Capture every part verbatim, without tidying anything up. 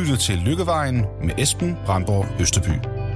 lytter til Lykkevejen med Esben Brandborg Østerby.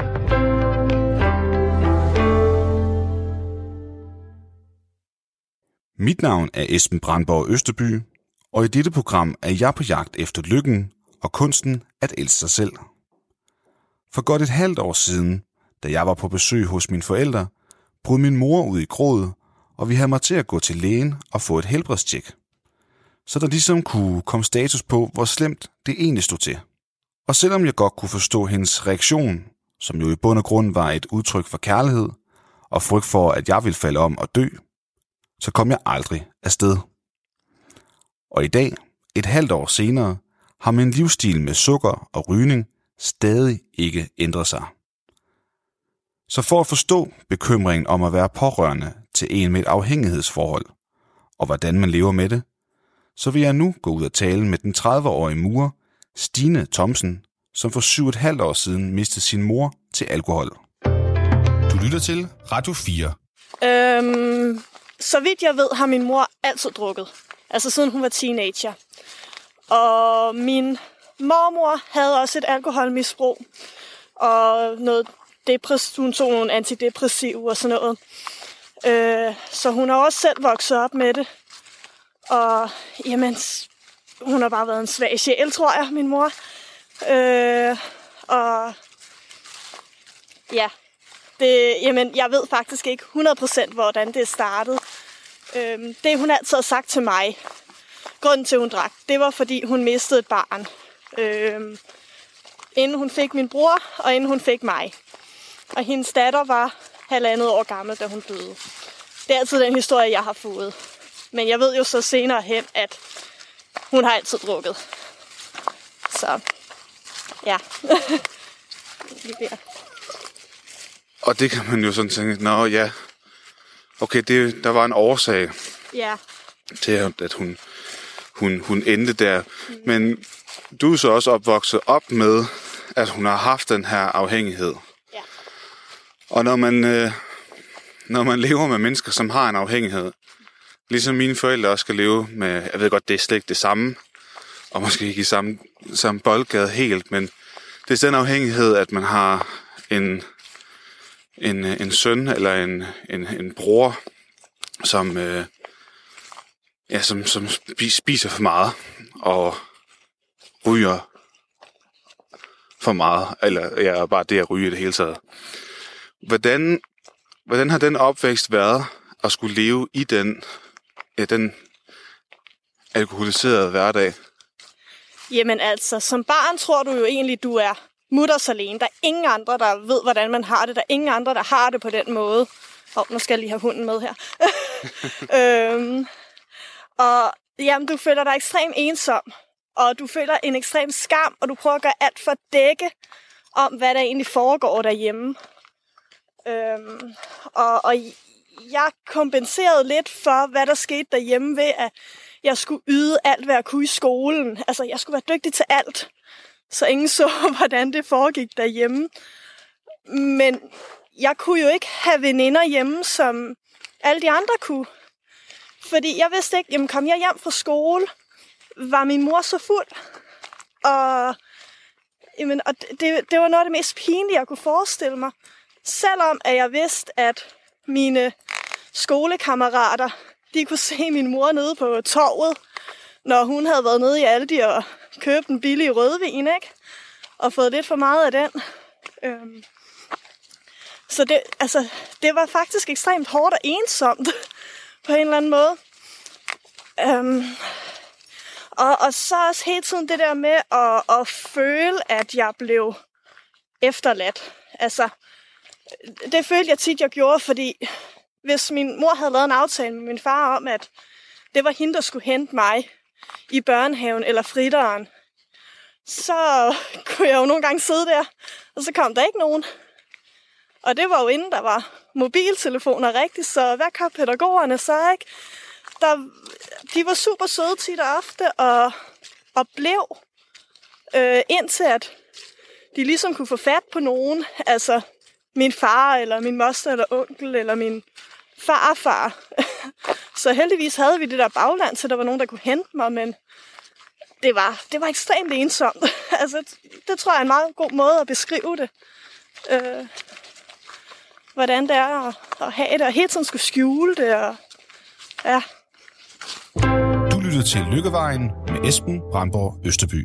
Mit navn er Esben Brandborg Østerby, og i dette program er jeg på jagt efter lykken og kunsten at elske sig selv. For godt et halvt år siden, da jeg var på besøg hos mine forældre, brød min mor ud i gråd, og vi havde mig til at gå til lægen og få et helbredstjek, så der ligesom kunne komme status på, hvor slemt det egentlig stod til. Og selvom jeg godt kunne forstå hendes reaktion, som jo i bund og grund var et udtryk for kærlighed og frygt for, at jeg ville falde om og dø, så kom jeg aldrig afsted. Og i dag, et halvt år senere, har min livsstil med sukker og rygning stadig ikke ændret sig. Så for at forstå bekymringen om at være pårørende til en med et afhængighedsforhold, og hvordan man lever med det, så vil jeg nu gå ud og tale med den tredive-årige murer, Stine Thomsen, som for syv og et halvt år siden mistede sin mor til alkohol. Du lytter til Radio fire. Øhm, så vidt jeg ved, har min mor altid drukket. Altså siden hun var teenager. Og min mormor havde også et alkoholmisbrug. Og noget depress- hun tog nogle antidepressive og sådan noget. Øh, så hun har også selv vokset op med det. Og jamen, hun har bare været en svag sjæl, tror jeg, min mor. Øh, og ja, det, jamen, jeg ved faktisk ikke hundrede procent, hvordan det startede. Øh, det, hun altid har sagt til mig, grunden til, hun drak, det var, fordi hun mistede et barn. Øh, inden hun fik min bror, og inden hun fik mig. Og hendes datter var halvandet år gammel, da hun døde. Det er altid den historie, jeg har fået. Men jeg ved jo så senere hen, at hun har altid drukket. Så, ja. Og det kan man jo sådan tænke, nå ja, okay, det, der var en årsag ja. til, at hun, hun, hun endte der. Mm. Men du er så også opvokset op med, at hun har haft den her afhængighed. Ja. Og når man, øh, når man lever med mennesker, som har en afhængighed, ligesom mine forældre også skal leve med, jeg ved godt, det er slet ikke det samme, og måske ikke i samme, samme boldgade helt, men det er den afhængighed, at man har en, en, en søn eller en, en, en bror, som, øh, ja, som, som spiser for meget og ryger for meget, eller ja, bare det at ryge i det hele taget. Hvordan, hvordan har den opvækst været at skulle leve i den Ja, den alkoholiserede hverdag? Jamen altså, som barn tror du jo egentlig, du er mutters alene. Der er ingen andre, der ved, hvordan man har det. Der er ingen andre, der har det på den måde. Åh, oh, nu skal jeg lige have hunden med her. øhm, og jamen, du føler dig ekstremt ensom. Og du føler en ekstrem skam, og du prøver at gøre alt for at dække om, hvad der egentlig foregår derhjemme. Øhm, og, og jeg kompenserede lidt for, hvad der skete derhjemme ved, at jeg skulle yde alt, hvad jeg kunne i skolen. Altså, jeg skulle være dygtig til alt, så ingen så, hvordan det foregik derhjemme. Men jeg kunne jo ikke have veninder hjemme, som alle de andre kunne. Fordi jeg vidste ikke, jamen kom jeg hjem fra skole, var min mor så fuld. Og, jamen, og det, det var noget af det mest pinlige, jeg kunne forestille mig. Selvom at jeg vidste, at mine skolekammerater, de kunne se min mor nede på torvet, når hun havde været nede i Aldi og købt en billig rødvin, ikke? Og fået lidt for meget af den. Øhm. Så det, altså, det var faktisk ekstremt hårdt og ensomt på en eller anden måde. Øhm. Og, og så også hele tiden det der med at, at føle, at jeg blev efterladt. Altså, det følte jeg tit, jeg gjorde, fordi hvis min mor havde lavet en aftale med min far om, at det var hende, der skulle hente mig i børnehaven eller fritteren, så kunne jeg jo nogle gange sidde der, og så kom der ikke nogen. Og det var jo inden der var mobiltelefoner rigtigt, så hvad kan pædagogerne så, ikke? Der, de var super søde tit og ofte, og, og blev øh, indtil at de ligesom kunne få fat på nogen, altså min far, eller min moster, eller onkel, eller min farfar. Så heldigvis havde vi det der bagland, så der var nogen, der kunne hente mig, men det var, det var ekstremt ensomt. Altså, det tror jeg er en meget god måde at beskrive det. Øh, hvordan det er at, at have det, og hele tiden skulle skjule det. Og, ja. Du lytter til Lykkevejen med Esben Brandborg Østerby.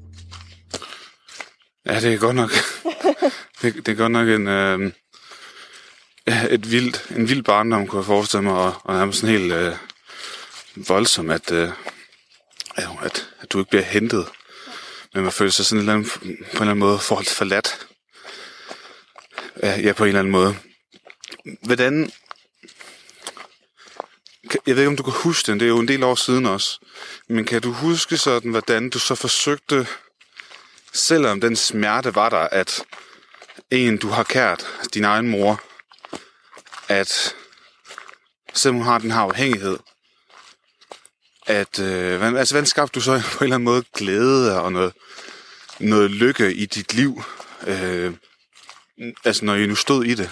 Ja, det er godt nok, det, det er godt nok en, øh, et vildt, en vild barndom, kunne jeg forestille mig, og, og nærmest sådan helt øh, voldsom, at, øh, at, at du ikke bliver hentet. Men man føler sig sådan en eller anden, på en eller anden måde forhold forladt. Ja, ja, på en eller anden måde. Hvordan... Jeg ved ikke, om du kan huske den. Det er jo en del år siden også. Men kan du huske sådan, hvordan du så forsøgte, selvom den smerte var der, at en, du har kært, din egen mor, at selvom hun har den her afhængighed, at, øh, hvad, altså, hvordan skabte du så på en eller anden måde glæde og noget, noget lykke i dit liv, øh, altså når I nu stod i det?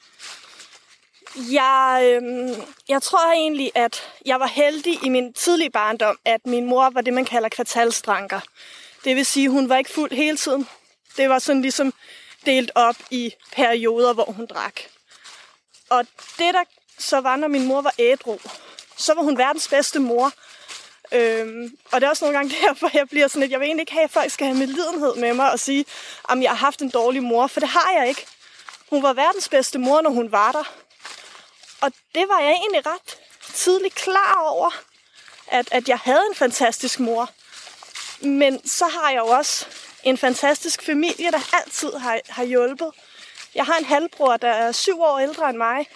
Jeg, øh, jeg tror egentlig, at jeg var heldig i min tidlige barndom, at min mor var det, man kalder kvartalsdranker. Det vil sige, at hun var ikke fuld hele tiden. Det var sådan ligesom delt op i perioder, hvor hun drak. Og det, der så var, når min mor var ædru, så var hun verdens bedste mor. Øhm, og det er også nogle gange derfor, jeg bliver sådan lidt, jeg vil egentlig ikke have, at folk skal have medlidenhed med mig og sige, at jeg har haft en dårlig mor, for det har jeg ikke. Hun var verdens bedste mor, når hun var der. Og det var jeg egentlig ret tidligt klar over, at, at jeg havde en fantastisk mor. Men så har jeg jo også en fantastisk familie, der altid har, har hjulpet. Jeg har en halvbror, der er syv år ældre end mig.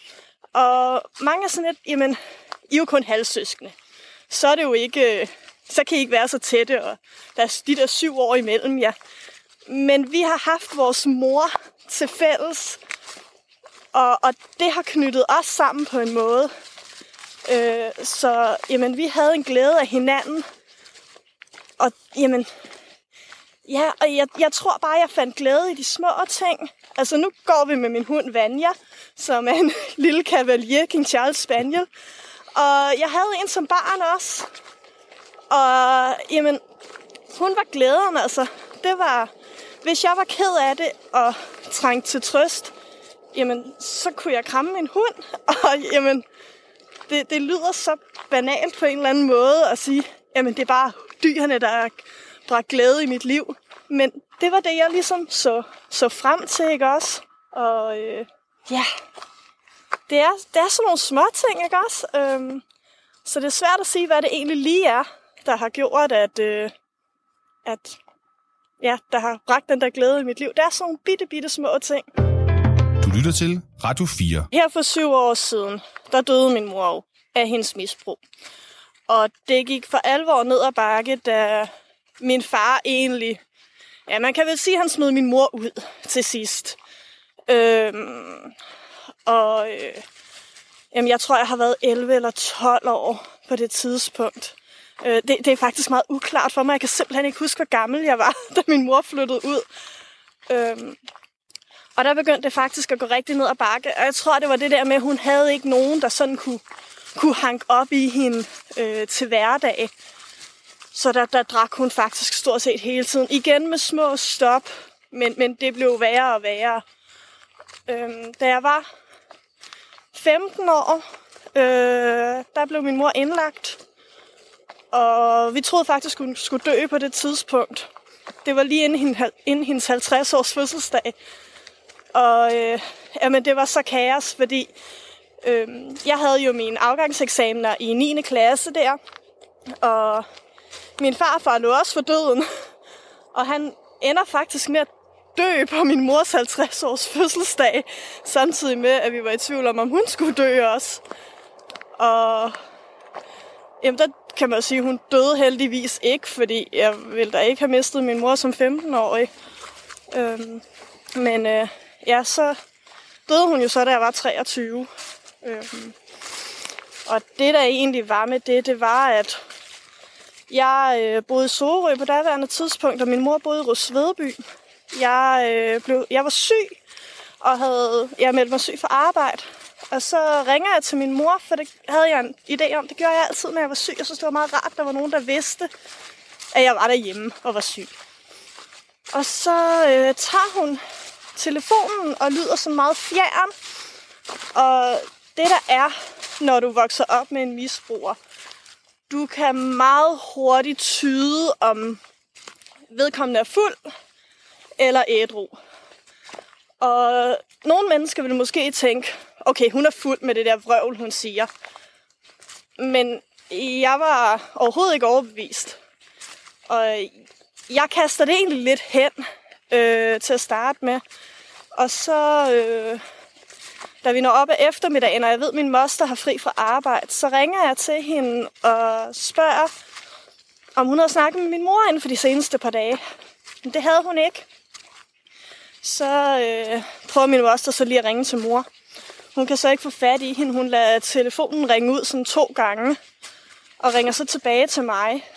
Og mange er sådan lidt, jamen, I er jo kun halvsøskende. Så er det jo ikke, så kan I ikke være så tætte, og der er de der syv år imellem jer. Men vi har haft vores mor til fælles, og, og det har knyttet os sammen på en måde. Øh, så jamen, vi havde en glæde af hinanden. Og jamen, ja, og jeg, jeg tror bare, jeg fandt glæde i de små ting. Altså nu går vi med min hund Vanya, som er en lille cavalier, King Charles Spaniel. Og jeg havde en som barn også. Og jamen, hun var glæden, altså. Det var, hvis jeg var ked af det og trængte til trøst, jamen, så kunne jeg kramme min hund. Og jamen, det, det lyder så banalt på en eller anden måde at sige, jamen, det er bare dyrene, der har bragt glæde i mit liv. Men det var det, jeg ligesom så, så frem til, ikke også? Og øh, ja, det er, det er sådan nogle små ting, ikke også? Øhm, så det er svært at sige, hvad det egentlig lige er, der har gjort, at, øh, at ja, der har bragt den der glæde i mit liv. Det er sådan nogle bitte, bitte små ting. Du lytter til Radio fire. Her for syv år siden, der døde min mor jo af hendes misbrug. Og det gik for alvor ned ad bakke, da min far egentlig... Ja, man kan vel sige, at han smed min mor ud til sidst. Øhm, og øh, jamen, jeg tror, jeg har været elleve eller tolv år på det tidspunkt. Øh, det, det er faktisk meget uklart for mig. Jeg kan simpelthen ikke huske, hvor gammel jeg var, da min mor flyttede ud. Øhm, og der begyndte det faktisk at gå rigtig ned ad bakke. Og jeg tror, det var det der med, at hun havde ikke nogen, der sådan kunne, kunne hanke op i hende øh, til hverdag. Så der, der drak hun faktisk stort set hele tiden. Igen med små stop, men, men det blev værre og værre. Øhm, da jeg var femten år, øh, der blev min mor indlagt. Og vi troede faktisk, hun skulle dø på det tidspunkt. Det var lige inden, hende, inden hendes halvtreds års fødselsdag. Og øh, jamen, det var så kaos, fordi øh, jeg havde jo mine afgangseksamener i niende klasse der. Og min farfar lå også for døden. Og han ender faktisk med at dø på min mors halvtreds års fødselsdag. Samtidig med, at vi var i tvivl om, om hun skulle dø også. Og jamen, der kan man jo sige, at hun døde heldigvis ikke, fordi jeg ville da ikke have mistet min mor som femten-årig. Øhm, men øh, ja, så døde hun jo så, da jeg var treogtyve. Øhm, og det, der egentlig var med det, det var, at jeg øh, boede i Sorø på daværende tidspunkt, og min mor boede i Rødsvedby. Jeg, øh, blev, jeg var syg, og havde jeg meldt mig syg for arbejde. Og så ringer jeg til min mor, for det havde jeg en idé om. Det gjorde jeg altid, når jeg var syg. Jeg synes, det var meget rart, der var nogen, der vidste. at jeg var derhjemme og var syg. Og så øh, tager hun telefonen og lyder så meget fjern. Og det der er, når du vokser op med en misbruger, du kan meget hurtigt tyde, om vedkommende er fuld eller ædru. Og nogle mennesker vil måske tænke, okay, hun er fuld med det der vrøvl, hun siger. Men jeg var overhovedet ikke overbevist. Og jeg kaster det egentlig lidt hen øh, til at starte med. Og så, øh, da vi når op af eftermiddagen, og jeg ved, at min moster har fri fra arbejde, så ringer jeg til hende og spørger, om hun havde snakket med min mor inden for de seneste par dage. Men det havde hun ikke. Så øh, prøver min moster så lige at ringe til mor. Hun kan så ikke få fat i hende. Hun lader telefonen ringe ud sådan to gange, og ringer så tilbage til mig.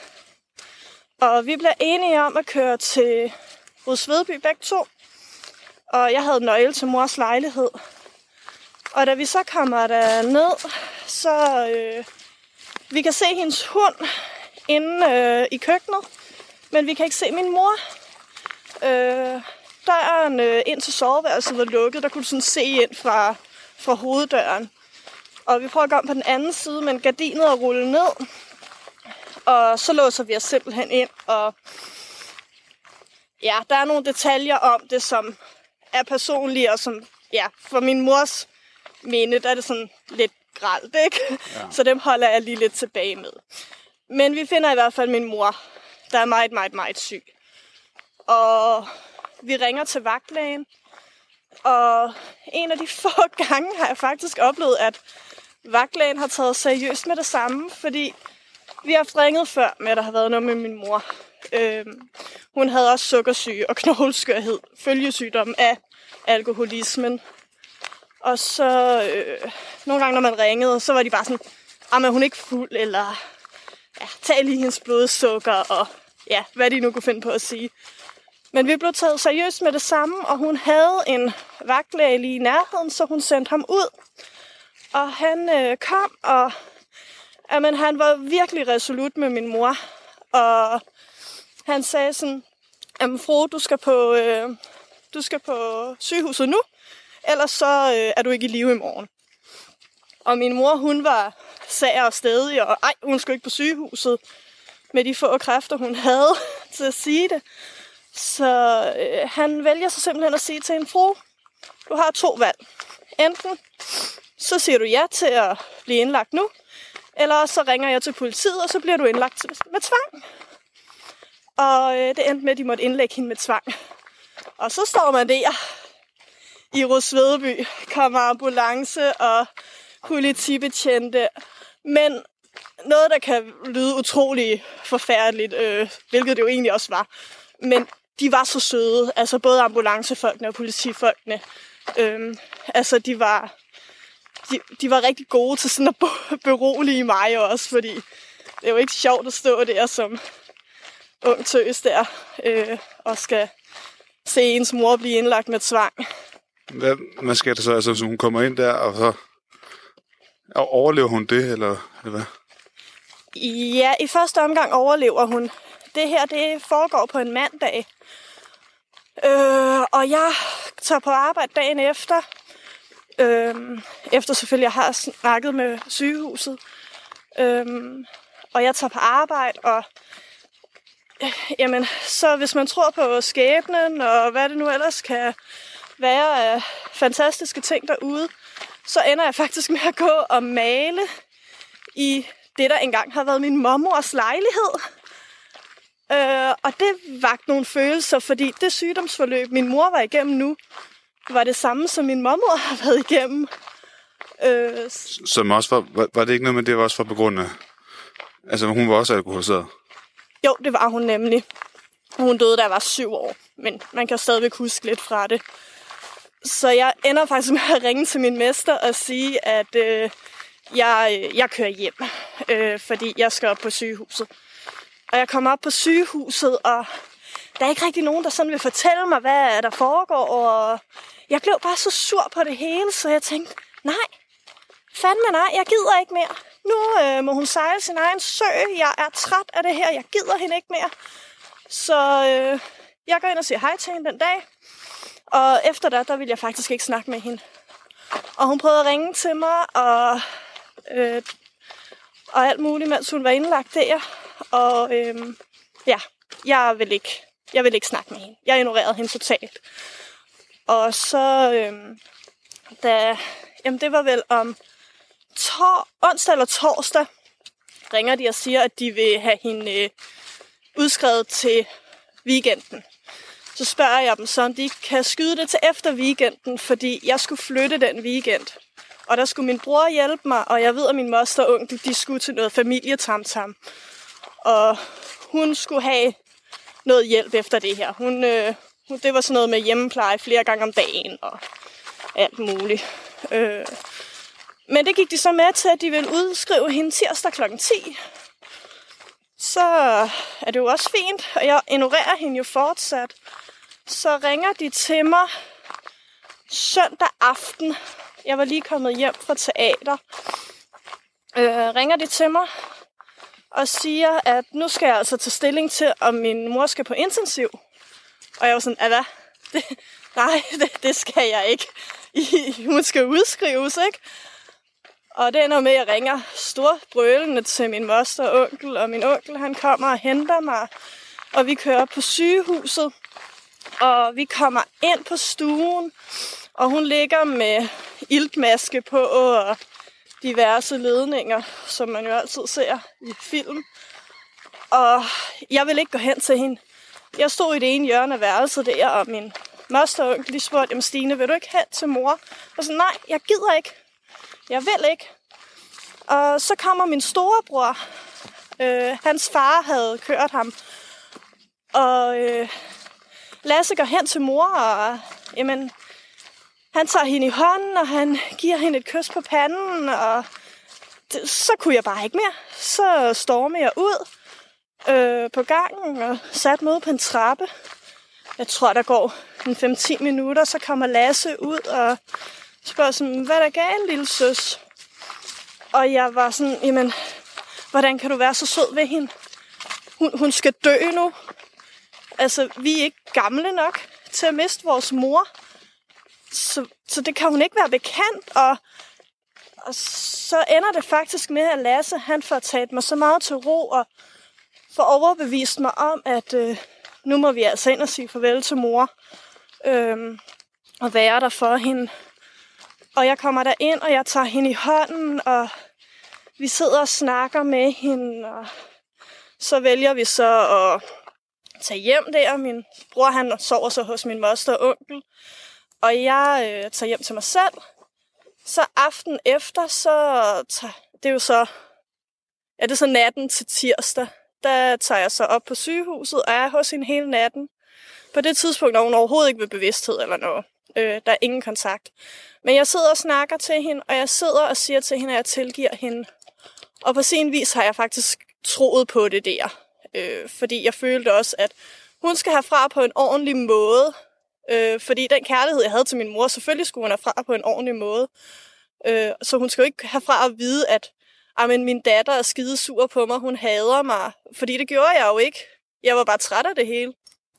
Og vi bliver enige om at køre til Rudsvedby begge to. Og jeg havde nøgle til mors lejlighed. Og da vi så kommer derned, så øh, vi kan se hendes hund inde øh, i køkkenet, men vi kan ikke se min mor. Øh, døren øh, ind til soveværelset var lukket, der kunne du sådan se ind fra, fra hoveddøren. Og vi prøver at gå om på den anden side, men gardinet er rullet ned. Og så låser vi os simpelthen ind, og ja, der er nogle detaljer om det, som er personlige, og som, ja, for min mors minde, der er det sådan lidt grelt, ikke? Ja. Så dem holder jeg lige lidt tilbage med. Men vi finder i hvert fald min mor, der er meget, meget, meget syg. Og vi ringer til vagtlægen, og en af de få gange har jeg faktisk oplevet, at vagtlægen har taget seriøst med det samme, fordi vi har haft ringet før med, at der har været noget med min mor. Øhm, hun havde også sukkersyge og knogleskørhed, følgesygdom af alkoholismen. Og så øh, nogle gange, når man ringede, så var de bare sådan, ah, men hun er ikke fuld, eller ja, tag lige hendes blodsukker, og ja, hvad de nu kunne finde på at sige. Men vi blev taget seriøst med det samme, og hun havde en vagtlæge lige i nærheden, så hun sendte ham ud. Og han øh, kom, og jamen, han var virkelig resolut med min mor. Og han sagde sådan, jamen Frode, du skal på, øh, du skal på sygehuset nu, ellers så øh, er du ikke i live i morgen. Og min mor, hun var sag og stedig, og ej, hun skulle ikke på sygehuset med de få kræfter, hun havde til at sige det. Så øh, han vælger så simpelthen at sige til en Frode, du har to valg. Enten så siger du ja til at blive indlagt nu, eller så ringer jeg til politiet, og så bliver du indlagt med tvang. Og øh, det endte med, at de måtte indlægge hende med tvang. Og så står man der i Rudsvedby, kommer ambulance og politibetjente. Men noget, der kan lyde utrolig forfærdeligt, øh, hvilket det jo egentlig også var. Men de var så søde, altså både ambulancefolkene og politifolkene. Øh, altså de var... De, de var rigtig gode til sådan at berolige mig også, fordi det er jo ikke sjovt at stå der som ung tøs der, øh, og skal se ens mor blive indlagt med tvang. Hvad, hvad sker der så? Altså, så hun kommer ind der, og så og overlever hun det, eller, eller hvad? Ja, i første omgang overlever hun. Det her, det foregår på en mandag. Øh, og jeg tager på arbejde dagen efter, Øhm, efter selvfølgelig, jeg har snakket med sygehuset. Øhm, og jeg tager på arbejde, og øh, jamen, så hvis man tror på skæbnen, og hvad det nu ellers kan være af fantastiske ting derude, så ender jeg faktisk med at gå og male i det, der engang har været min mormors lejlighed. Øh, og det vagte nogle følelser, fordi det sygdomsforløb, min mor var igennem nu, var det samme, som min mormor har været igennem. Øh, som også var, var, var det ikke noget med, det var også for begrundet? Altså, hun var også alkoholiseret? Jo, det var hun nemlig. Hun døde, da jeg var syv år, men man kan stadigvæk huske lidt fra det. Så jeg ender faktisk med at ringe til min mester og sige, at øh, jeg, jeg kører hjem, øh, fordi jeg skal op på sygehuset. Og jeg kommer op på sygehuset, og der er ikke rigtig nogen, der sådan vil fortælle mig, hvad der foregår, og jeg blev bare så sur på det hele, så jeg tænkte, nej, fandme nej, jeg gider ikke mere. nu øh, må hun sejle sin egen sø. Jeg er træt af det her. Jeg gider hende ikke mere. Så øh, jeg går ind og siger hej til hende den dag. Og efter det, der ville jeg faktisk ikke snakke med hende. Og hun prøvede at ringe til mig, og, øh, og alt muligt, mens hun var indlagt der. Og øh, ja, jeg vil, ikke, jeg vil ikke snakke med hende. Jeg ignorerede hende totalt. Og så, øh, da, jamen det var vel om tor- onsdag eller torsdag, ringer de og siger, at de vil have hende øh, udskrevet til weekenden. Så spørger jeg dem så, om de kan skyde det til efter weekenden, fordi jeg skulle flytte den weekend. Og der skulle min bror hjælpe mig, og jeg ved, at min moster og onkel, de skulle til noget familietamtam. Og hun skulle have noget hjælp efter det her. Hun, øh, det var sådan noget med hjemmepleje flere gange om dagen og alt muligt. Øh. Men det gik de så med til, at de ville udskrive hende tirsdag klokken ti. Så er det jo også fint, og jeg ignorerer hende jo fortsat. Så ringer de til mig søndag aften. Jeg var lige kommet hjem fra teater. Øh, ringer de til mig og siger, at nu skal jeg altså tage stilling til, om min mor skal på intensiv. Og jeg var sådan, hvad? Det, nej, det, det skal jeg ikke. I, hun skal udskrives, ikke? Og det ender med, at jeg ringer storbrølende til min moster og onkel, og min onkel han kommer og henter mig, og vi kører på sygehuset, og vi kommer ind på stuen, og hun ligger med iltmaske på og diverse ledninger, som man jo altid ser i film. Og jeg vil ikke gå hen til hende. Jeg stod i det ene hjørne af værelset der, og min moster og onkel de spurgte, jamen Stine, vil du ikke hen til mor? Og så nej, jeg gider ikke. Jeg vil ikke. Og så kommer min storebror. Øh, hans far havde kørt ham. Og øh, Lasse går hen til mor, og jamen, han tager hende i hånden, og han giver hende et kys på panden. Og det, så kunne jeg bare ikke mere. Så stormer jeg ud øh, på gangen og sat mig ud på en trappe. Jeg tror, der går en fem til ti minutter, så kommer Lasse ud og spørger sådan, hvad der galt, lille søs? Og jeg var sådan, jamen, hvordan kan du være så sød ved hende? Hun, hun skal dø nu. Altså, vi er ikke gamle nok til at miste vores mor. Så, så det kan hun ikke være bekendt. Og, og så ender det faktisk med, at Lasse, han får taget mig så meget til ro og får overbevist mig om, at øh, nu må vi altså ind og sige farvel til mor. Øh, og være der for hende. Og jeg kommer der ind, og jeg tager hende i hånden, og vi sidder og snakker med hende, og så vælger vi så at tage hjem der. Min bror, han sover så hos min moster og onkel, og jeg øh, tager hjem til mig selv. Så aften efter, så tager, det er jo så, ja, det er så natten til tirsdag, der tager jeg så op på sygehuset, og er hos hende hele natten. På det tidspunkt er hun overhovedet ikke ved bevidsthed eller noget. Øh, der er ingen kontakt. Men jeg sidder og snakker til hende, og jeg sidder og siger til hende, at jeg tilgiver hende. Og på sin vis har jeg faktisk troet på det der. Øh, fordi jeg følte også, at hun skal herfra på en ordentlig måde. Øh, fordi den kærlighed, jeg havde til min mor, selvfølgelig skulle hun herfra på en ordentlig måde. Øh, så hun skal jo ikke herfra at vide, at men min datter er skide sur på mig, hun hader mig. Fordi det gjorde jeg jo ikke. Jeg var bare træt af det hele.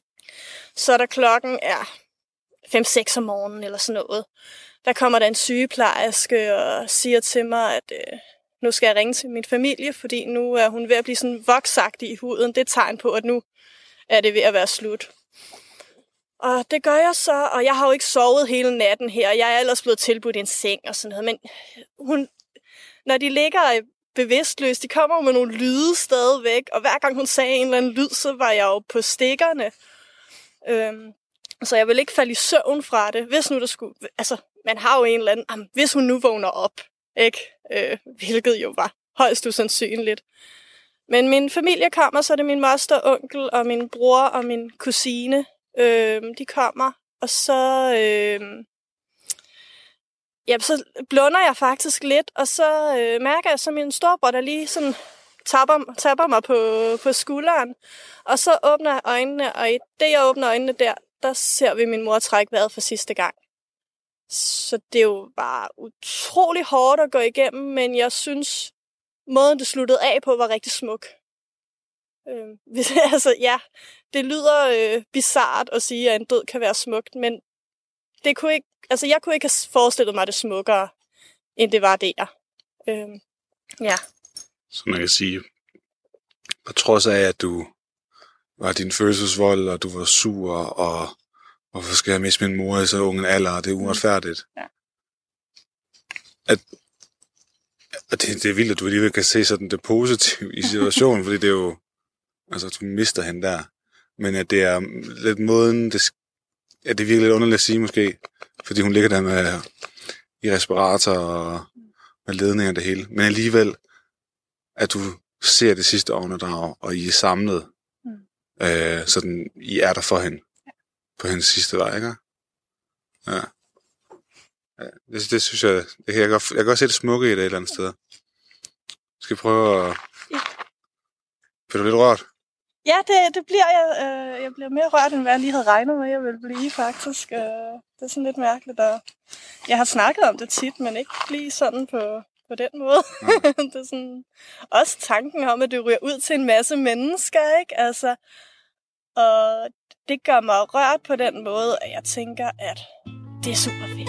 Så da klokken er fem seks om morgenen eller sådan noget, der kommer der en sygeplejerske og siger til mig, at øh, nu skal jeg ringe til min familie, fordi nu er hun ved at blive sådan voksagtig i huden. Det er et tegn på, at nu er det ved at være slut. Og det gør jeg så, og jeg har jo ikke sovet hele natten her. Jeg er ellers blevet tilbudt en seng og sådan noget, men hun, når de ligger bevidstløst, de kommer med nogle lyde stadigvæk, og hver gang hun sagde en eller anden lyd, så var jeg jo på stikkerne. Øhm, så jeg vil ikke falde i søvn fra det, hvis nu der skulle, altså man har jo en eller anden, jamen, hvis hun nu vågner op, ikke? Øh, hvilket jo var højst usandsynligt. Men min familie kommer, så er det min moster, onkel og min bror og min kusine, øh, de kommer, og så, øh, ja, så blunder jeg faktisk lidt, og så øh, mærker jeg så min storebror, der lige sådan tapper, tapper mig på, på skulderen, og så åbner jeg øjnene, og i det jeg åbner øjnene der, der ser vi min mor trække vejret for sidste gang. Så det er jo bare utrolig hårdt at gå igennem, men jeg synes måden, det sluttede af på, var rigtig smuk. Øh, hvis, altså, ja, det lyder øh, bizart at sige, at en død kan være smukt, men det kunne ikke, altså, jeg kunne ikke have forestillet mig det smukkere, end det var der. Øh, ja. Så man kan sige, på trods af, at du var din fødselsvold, og du var sur, og hvorfor skal jeg miste min mor i så ung en alder, og det er uretfærdigt. Ja. At, at det, det er vildt, at du alligevel kan se sådan det positive i situationen, fordi det er jo, altså du mister hende der, men at det er lidt måden, det, at det er virkelig lidt underligt at sige måske, fordi hun ligger der med i respirator og med ledninger og det hele, men alligevel, at du ser det sidste åndedrag, og I er samlet, mm. øh, sådan I er der for hende, ja. På hendes sidste vej, ikke? Ja. Ja, det, det synes jeg, det kan jeg, godt, jeg kan godt se det smukke i det et eller andet sted. Skal vi prøve at... Ja. Bliver du lidt rørt? Ja, det, det bliver jeg. Øh, jeg bliver mere rørt, end hvad jeg lige havde regnet med, jeg ville blive, faktisk. Øh, det er sådan lidt mærkeligt, og jeg har snakket om det tit, men ikke lige sådan på, på den måde. Ja. Det er sådan... Også tanken om, at det ryger ud til en masse mennesker, ikke? Altså... Og det gør mig rørt på den måde, at jeg tænker, at det er super fedt.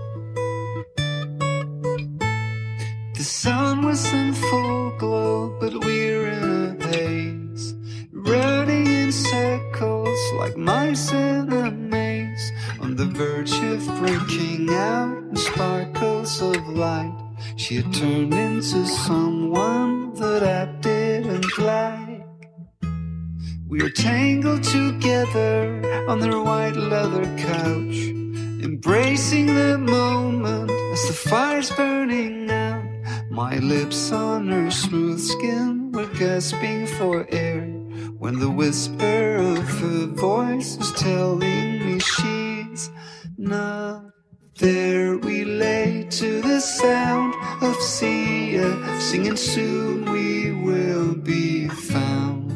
The sun was in full glow, but we're in a haze, running in circles like mice in a maze, on the verge of breaking out in sparkles of light. She had turned into someone that I didn't like. We were tangled together on their white leather couch, embracing the moment as the fire's burning out. My lips on her smooth skin were gasping for air, when the whisper of her voice was telling me she's not there. We lay to the sound of Sia singing, soon we will be found.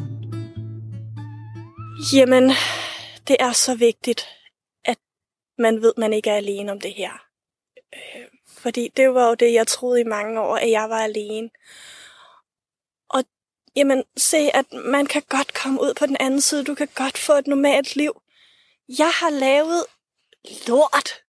Jamen, det er så vigtigt, at man ved, at man ikke er alene om det her. Øh, fordi det var jo det, jeg troede i mange år, at jeg var alene. Og jamen, se, at man kan godt komme ud på den anden side. Du kan godt få et normalt liv. Jeg har lavet lort.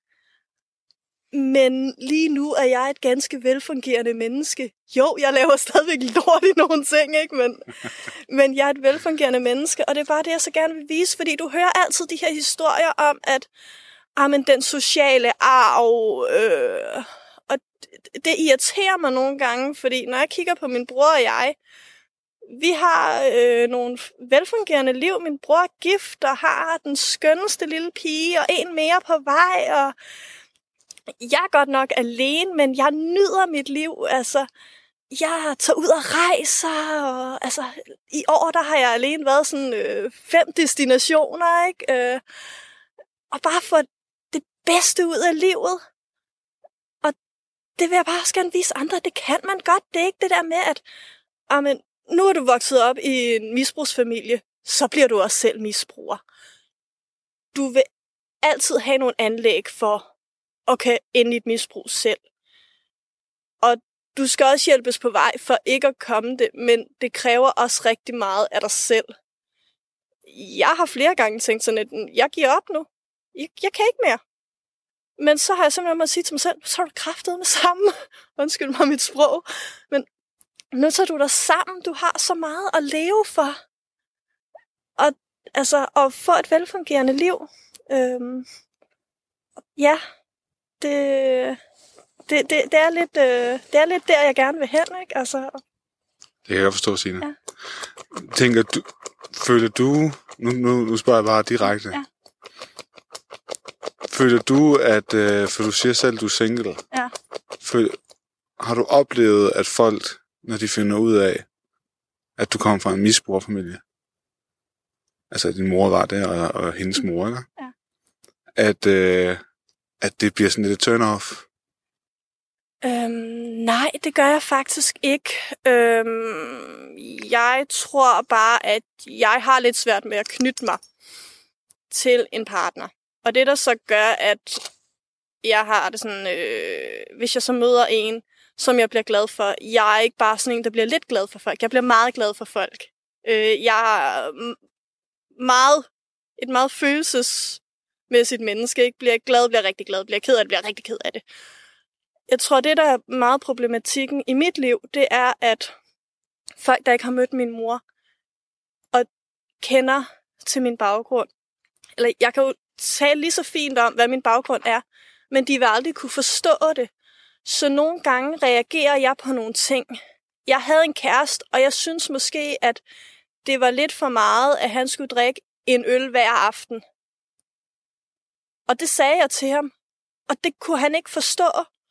Men lige nu er jeg et ganske velfungerende menneske. Jo, jeg laver stadigvæk lort i nogle ting, ikke? Men, men jeg er et velfungerende menneske, og det er bare det, jeg så gerne vil vise, fordi du hører altid de her historier om, at amen, den sociale arv, øh, og det, det irriterer mig nogle gange, fordi når jeg kigger på min bror og jeg, vi har øh, nogle velfungerende liv. Min bror er gift og har den skønneste lille pige, og en mere på vej, og jeg er godt nok alene, men jeg nyder mit liv. Altså, jeg tager ud og rejser, og altså, i år der har jeg alene været sådan øh, fem destinationer, ikke? Øh, og bare få det bedste ud af livet. Og det vil jeg bare også gerne vise andre, det kan man godt. Det er ikke det der med, at amen, nu er du vokset op i en misbrugsfamilie, så bliver du også selv misbruger. Du vil altid have nogle anlæg for og kan ende i et misbrug selv. Og du skal også hjælpes på vej for ikke at komme det, men det kræver også rigtig meget af dig selv. Jeg har flere gange tænkt sådan, at jeg giver op nu. Jeg, jeg kan ikke mere. Men så har jeg simpelthen måttet sige til mig selv, så er du kraftedeme sammen. Undskyld mig mit sprog. Men nu tager du dig sammen. Du har så meget at leve for. Og altså, at få et velfungerende liv. Øhm, ja, det, det, det, det, er lidt, øh, det er lidt der, jeg gerne vil hen, ikke? Altså, det kan jeg godt forstå, Signe. Ja. Tænker du, føler du, nu, nu, nu spørger jeg bare direkte, ja. Føler du, at, øh, for du siger selv, du er single, ja. Føler, har du oplevet, at folk, når de finder ud af, at du kommer fra en misbrugerfamilie, altså din mor var der, og, og hendes mor, ikke? Ja. At, øh, at det bliver sådan lidt turn-off? Øhm, nej, det gør jeg faktisk ikke. Øhm, jeg tror bare, at jeg har lidt svært med at knytte mig til en partner. Og det, der så gør, at jeg har det sådan, øh, hvis jeg så møder en, som jeg bliver glad for. Jeg er ikke bare sådan en, der bliver lidt glad for folk. Jeg bliver meget glad for folk. Øh, jeg er meget, et meget følelsesmæssigt menneske. Ikke? Bliver jeg glad, bliver jeg rigtig glad. Bliver jeg ked af det, bliver jeg rigtig ked af det. Jeg tror, det, der er meget problematikken i mit liv, det er, at folk, der ikke har mødt min mor, og kender til min baggrund, eller jeg kan jo tale lige så fint om, hvad min baggrund er, men de vil aldrig kunne forstå det. Så nogle gange reagerer jeg på nogle ting. Jeg havde en kæreste, og jeg synes måske, at det var lidt for meget, at han skulle drikke en øl hver aften. Og det sagde jeg til ham, og det kunne han ikke forstå.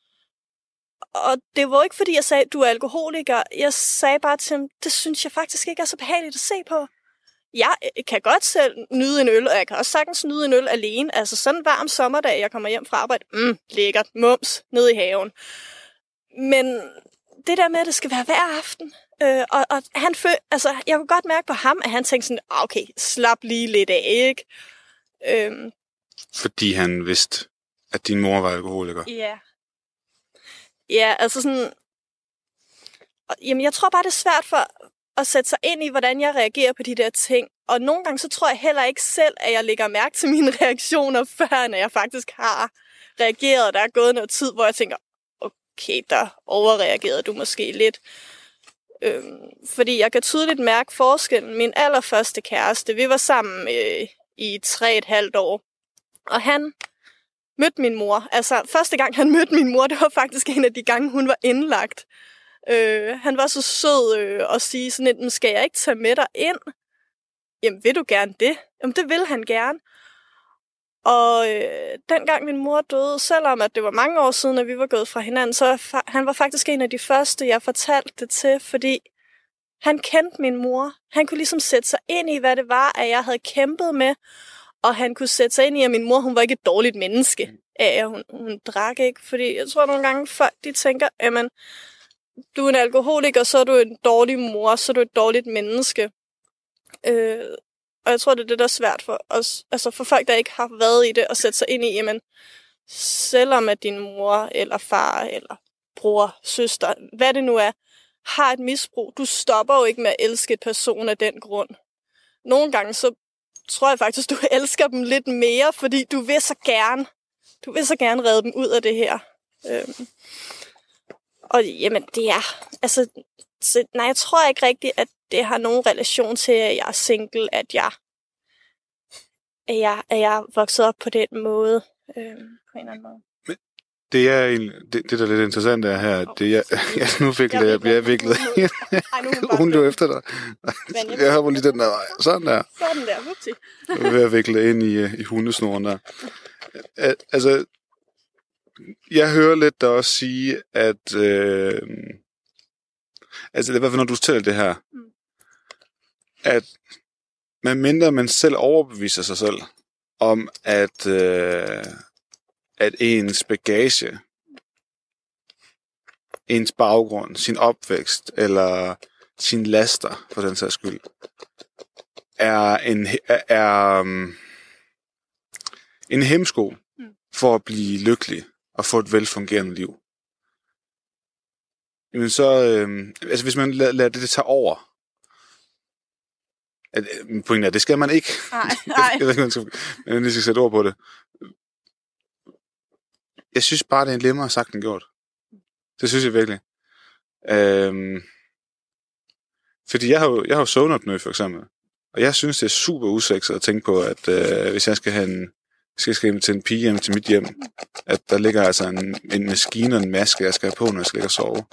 Og det var ikke, fordi jeg sagde, du er alkoholiker. Jeg sagde bare til ham, det synes jeg faktisk ikke er så behageligt at se på. Jeg kan godt selv nyde en øl, og jeg kan også sagtens nyde en øl alene. Altså sådan en varm sommerdag, jeg kommer hjem fra arbejde. Mm, lækkert, mums, nede i haven. Men det der med, at det skal være hver aften. Øh, og, og han føl, altså, jeg kunne godt mærke på ham, at han tænkte sådan, okay, slap lige lidt af, ikke? Øhm, Fordi han vidste, at din mor var alkoholiker. Ja. Ja, altså sådan... Jamen, jeg tror bare, det er svært for at sætte sig ind i, hvordan jeg reagerer på de der ting. Og nogle gange, så tror jeg heller ikke selv, at jeg lægger mærke til mine reaktioner, før når jeg faktisk har reageret. Der er gået noget tid, hvor jeg tænker, okay, der overreagerede du måske lidt. Øhm, fordi jeg kan tydeligt mærke forskellen. Min allerførste kæreste, vi var sammen øh, i tre et halvt år. Og han mødte min mor. Altså, første gang han mødte min mor, det var faktisk en af de gange, hun var indlagt. Øh, han var så sød øh, at sige sådan, at skal jeg ikke tage med dig ind? Jamen, vil du gerne det? Jamen, det vil han gerne. Og øh, dengang min mor døde, selvom at det var mange år siden, at vi var gået fra hinanden, så fa- han var faktisk en af de første, jeg fortalte det til, fordi han kendte min mor. Han kunne ligesom sætte sig ind i, hvad det var, at jeg havde kæmpet med, og han kunne sætte sig ind i, at min mor, hun var ikke et dårligt menneske, af hun, hun drak ikke. Fordi jeg tror nogle gange, folk de tænker, jamen, du er en alkoholiker, så er du en dårlig mor, så er du et dårligt menneske. Øh, og jeg tror, det er det, der er svært for os, altså for folk, der ikke har været i det, at sætte sig ind i, jamen, selvom at din mor, eller far, eller bror, søster, hvad det nu er, har et misbrug, du stopper jo ikke med at elske et person af den grund. Nogle gange, så tror jeg faktisk, du elsker dem lidt mere, fordi du vil så gerne, du vil så gerne redde dem ud af det her. Øhm. Og jamen, det er, altså, så, nej, jeg tror ikke rigtigt, at det har nogen relation til, at jeg er single, at jeg, at jeg, at jeg er vokset op på den måde, øhm, på en eller anden måde. Men det er en, det, det der er lidt interessant er her, oh, det er, jeg, nu fik jeg, jeg bliver viklet. Hun løb efter dig. Jeg hopper lige den der vej. Sådan der. Sådan der, vupti. Jeg er ved at vikle ind i, i hundesnoren der. Altså, jeg hører lidt der også sige, at øh, altså i hvert fald når du fortæller det her, mm. at medmindre man selv overbeviser sig selv om, at øh, at ens bagage, ens baggrund, sin opvækst eller sin laster for den sags skyld, er en er, er um, en hemsko mm. for at blive lykkelig og få et velfungerende liv. Jamen så, øh, altså hvis man lader, lader det, det tage over, at, pointen er, det skal man ikke. Nej, nej. Jeg ved ikke, man skal, men jeg skal sætte ord på det. Jeg synes bare, det er en nemmere sagt end gjort. Det synes jeg virkelig. Øhm, fordi jeg har jo, jeg har jo søvnopnø for eksempel. Og jeg synes, det er super usekset at tænke på, at øh, hvis jeg skal have en, skal, skal til en pige hjem til mit hjem, at der ligger altså en, en maskine og en maske, jeg skal have på, når jeg skal ligge og sove.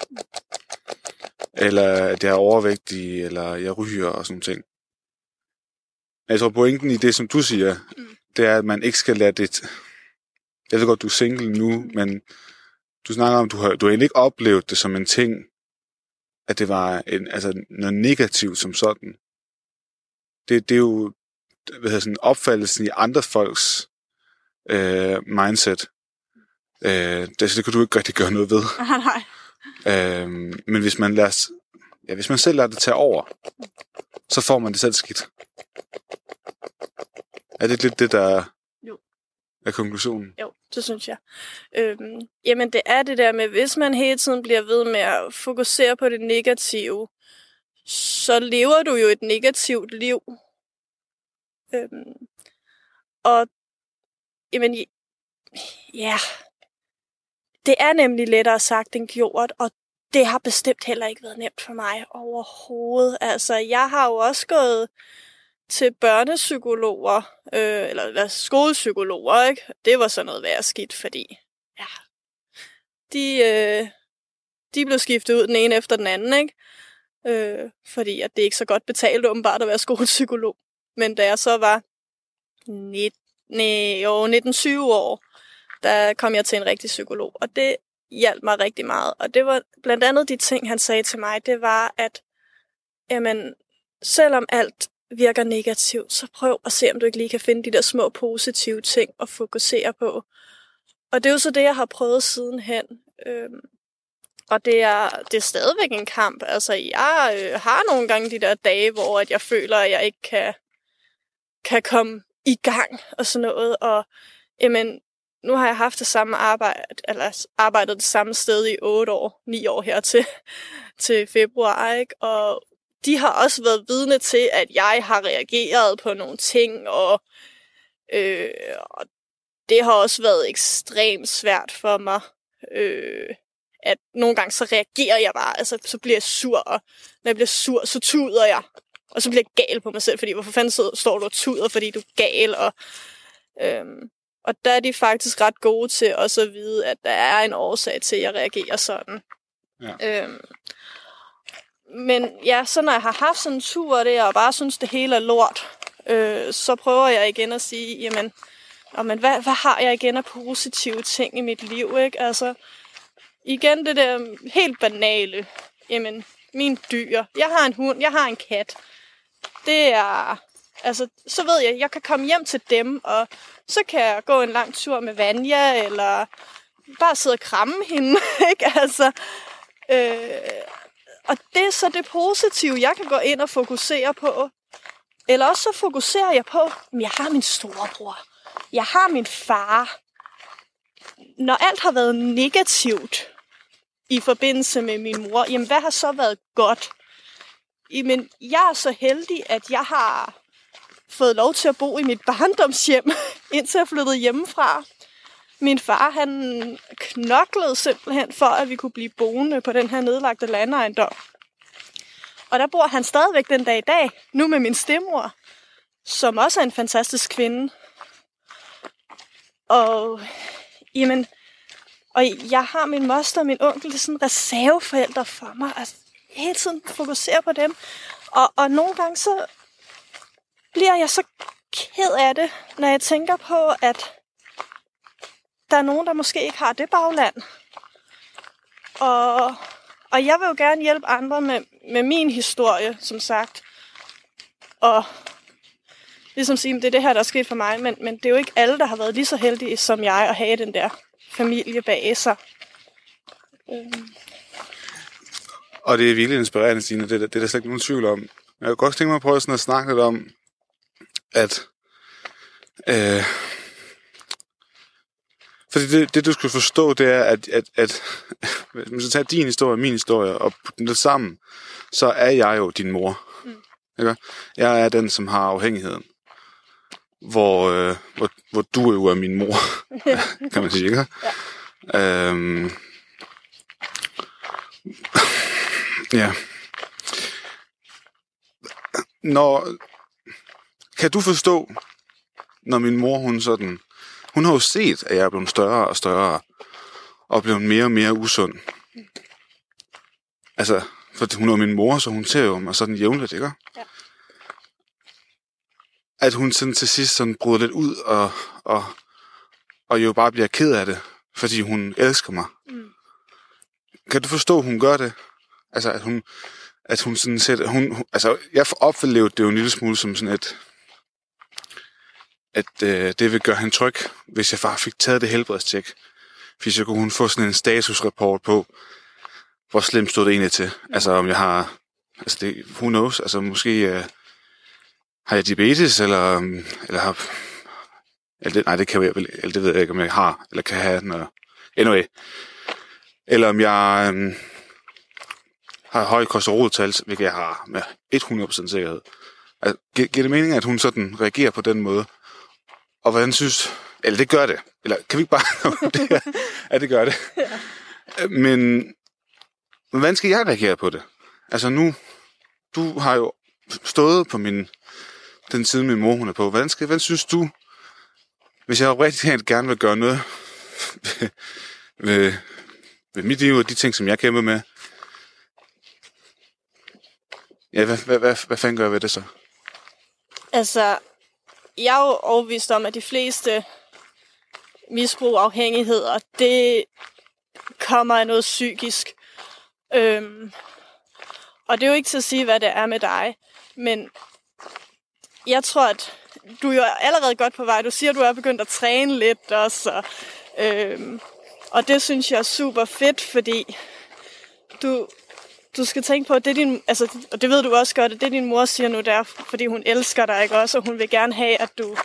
Eller at jeg er overvægtig, eller jeg ryger og sådan ting. Jeg tror, pointen i det, som du siger, det er, at man ikke skal lade det... Jeg ved godt, du er single nu, men du snakker om, du har, du har egentlig ikke oplevet det som en ting, at det var en, altså noget negativt som sådan. Det, det er jo hvad hedder sådan, opfattelsen i andre folks øh, mindset. Øh, det, det kan du ikke rigtig gøre noget ved. Ah, nej. Øh, men hvis man, lader, ja, hvis man selv lader det tage over, så får man det selv skidt. Er det lidt det, der jo. er konklusionen? Jo. Det synes jeg. Øhm, jamen, det er det der med, hvis man hele tiden bliver ved med at fokusere på det negative, så lever du jo et negativt liv. Øhm, og, jamen, ja, det er nemlig lettere sagt end gjort, og det har bestemt heller ikke været nemt for mig overhovedet. Altså, jeg har jo også gået til børnepsykologer, øh, eller, eller skolepsykologer, ikke? Det var så noget værd skidt, fordi ja, de, øh, de blev skiftet ud den ene efter den anden, ikke? Øh, fordi at det er ikke så godt betalt åbenbart at være skolepsykolog. Men da jeg så var nitten tyve år, der kom jeg til en rigtig psykolog, og det hjalp mig rigtig meget. Og det var blandt andet de ting, han sagde til mig, det var, at jamen, selvom alt virker negativt, så prøv at se, om du ikke lige kan finde de der små positive ting at fokusere på. Og det er jo så det, jeg har prøvet sidenhen. Øhm, og det er, det er stadigvæk en kamp. Altså, jeg øh, har nogle gange de der dage, hvor at jeg føler, at jeg ikke kan, kan komme i gang og sådan noget. Og jamen, nu har jeg haft det samme arbejde, eller arbejdet det samme sted i otte år, ni år her til, til februar, ikke? Og de har også været vidne til, at jeg har reageret på nogle ting, og, øh, og det har også været ekstremt svært for mig, øh, at nogle gange så reagerer jeg bare, altså så bliver jeg sur, og når jeg bliver sur, så tuder jeg, og så bliver jeg gal på mig selv, fordi hvorfor fanden står du og tuder, fordi du er gal, og, øh, og der er de faktisk ret gode til også at vide, at der er en årsag til, at jeg reagerer sådan. Ja. Øh, Men ja, så når jeg har haft sådan en tur der, og bare synes, det hele er lort, øh, så prøver jeg igen at sige, jamen, jamen hvad, hvad har jeg igen af positive ting i mit liv, ikke? Altså, igen det der helt banale, jamen, mine dyr. Jeg har en hund, jeg har en kat. Det er, altså, så ved jeg, jeg kan komme hjem til dem, og så kan jeg gå en lang tur med Vanja, eller bare sidde og kramme hende, ikke? Altså, øh, og det er så det positive, jeg kan gå ind og fokusere på. Eller også så fokuserer jeg på, at jeg har min storebror. Jeg har min far. Når alt har været negativt i forbindelse med min mor, jamen hvad har så været godt? Jamen, jeg er så heldig, at jeg har fået lov til at bo i mit barndomshjem, indtil jeg flyttede hjemmefra. Min far, han knoklede simpelthen for, at vi kunne blive boende på den her nedlagte landejendom. Og der bor han stadigvæk den dag i dag, nu med min stedmor, som også er en fantastisk kvinde. Og, jamen, og jeg har min moster og min onkel, det er sådan reserveforældre for mig. Altså, hele tiden fokusere på dem. Og, og nogle gange så bliver jeg så ked af det, når jeg tænker på, at der er nogen, der måske ikke har det bagland. Og, og jeg vil jo gerne hjælpe andre med, med min historie, som sagt. Og ligesom sige, det er det her, der er sket for mig, men, men det er jo ikke alle, der har været lige så heldige som jeg, at have den der familie bag sig. Øhm. Og det er virkelig inspirerende, Stine, det, det er der slet ikke nogen tvivl om. Jeg kunne godt tænke mig at prøve sådan at snakke lidt om, at øh, fordi det, det, du skal forstå, det er, at, at, at hvis man så tager din historie og min historie og putter dem sammen, så er jeg jo din mor. Mm. Ikke? Jeg er den, som har afhængigheden. Hvor, øh, hvor, hvor du jo er min mor, kan man sige, ikke? Ja. Øhm, ja. Når, kan du forstå, når min mor, hun sådan, hun har jo set, at jeg er blevet større og større, og blevet mere og mere usund. Altså, for hun er min mor, så hun ser jo mig sådan jævnligt, ikke? Ja. At hun sådan til sidst sådan bryder lidt ud, og, og, og jo bare bliver ked af det, fordi hun elsker mig. Mm. Kan du forstå, at hun gør det? Altså, at hun, at hun sådan sætter, hun, hun, altså, jeg oplevede det jo en lille smule som sådan et, at øh, det vil gøre hende tryg, hvis jeg bare fik taget det helbredstjek. Fordi så kunne hun få sådan en statusrapport på, hvor slemt stod det egentlig til. Altså, om jeg har, altså det, who knows, altså måske øh, har jeg diabetes, eller, eller har, Eller det, nej, det kan jeg vel, eller det ved jeg ikke, om jeg har, eller kan have. Når, anyway. Eller om jeg øhm, har høj kolesteroltal, hvilket jeg har med hundrede procent sikkerhed. Altså, gi- giver det mening, at hun sådan reagerer på den måde? Og hvordan synes... Eller det gør det. Eller kan vi ikke bare... det er, ja, det gør det. Ja. Men hvordan skal jeg reagere på det? Altså nu... Du har jo stået på min... Den side, min mor hun er på. Hvordan, skal, hvordan synes du... Hvis jeg rigtig gerne vil gøre noget... ved, ved, ved mit liv og de ting, som jeg kæmper med... Ja, hvad, hvad, hvad, hvad fanden gør jeg ved det så? Altså, jeg er jo overbevist om, at de fleste misbrug, afhængigheder, det kommer af noget psykisk. Øhm, og det er jo ikke til at sige, hvad det er med dig, men jeg tror, at du er jo allerede godt på vej. Du siger, at du er begyndt at træne lidt også, og, øhm, og det synes jeg er super fedt, fordi du... Du skal tænke på, at det er din, altså, og det ved du også godt, at det din mor siger nu, der, fordi hun elsker dig, ikke også, og hun vil gerne have, at du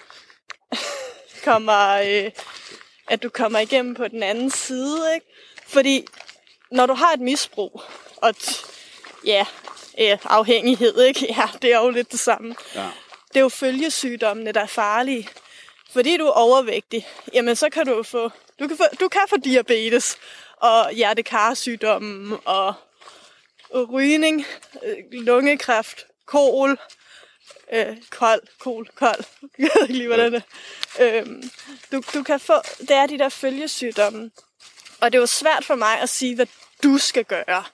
kommer, øh, at du kommer igennem på den anden side, ikke? Fordi når du har et misbrug, og et, ja, øh, afhængighed, ikke? Ja, det er jo lidt det samme. Ja. Det er jo følgesygdommene, der er farlige. Fordi du er overvægtig, jamen så kan du få, du kan få, du kan få diabetes, og hjertekarsygdommen, og rygning, lungekræft, kol, øh, kold, kol, kold, jeg ved ikke lige, hvordan det er. Øhm, du, du kan få, det er de der følgesygdomme. Og det er jo svært for mig at sige, hvad du skal gøre.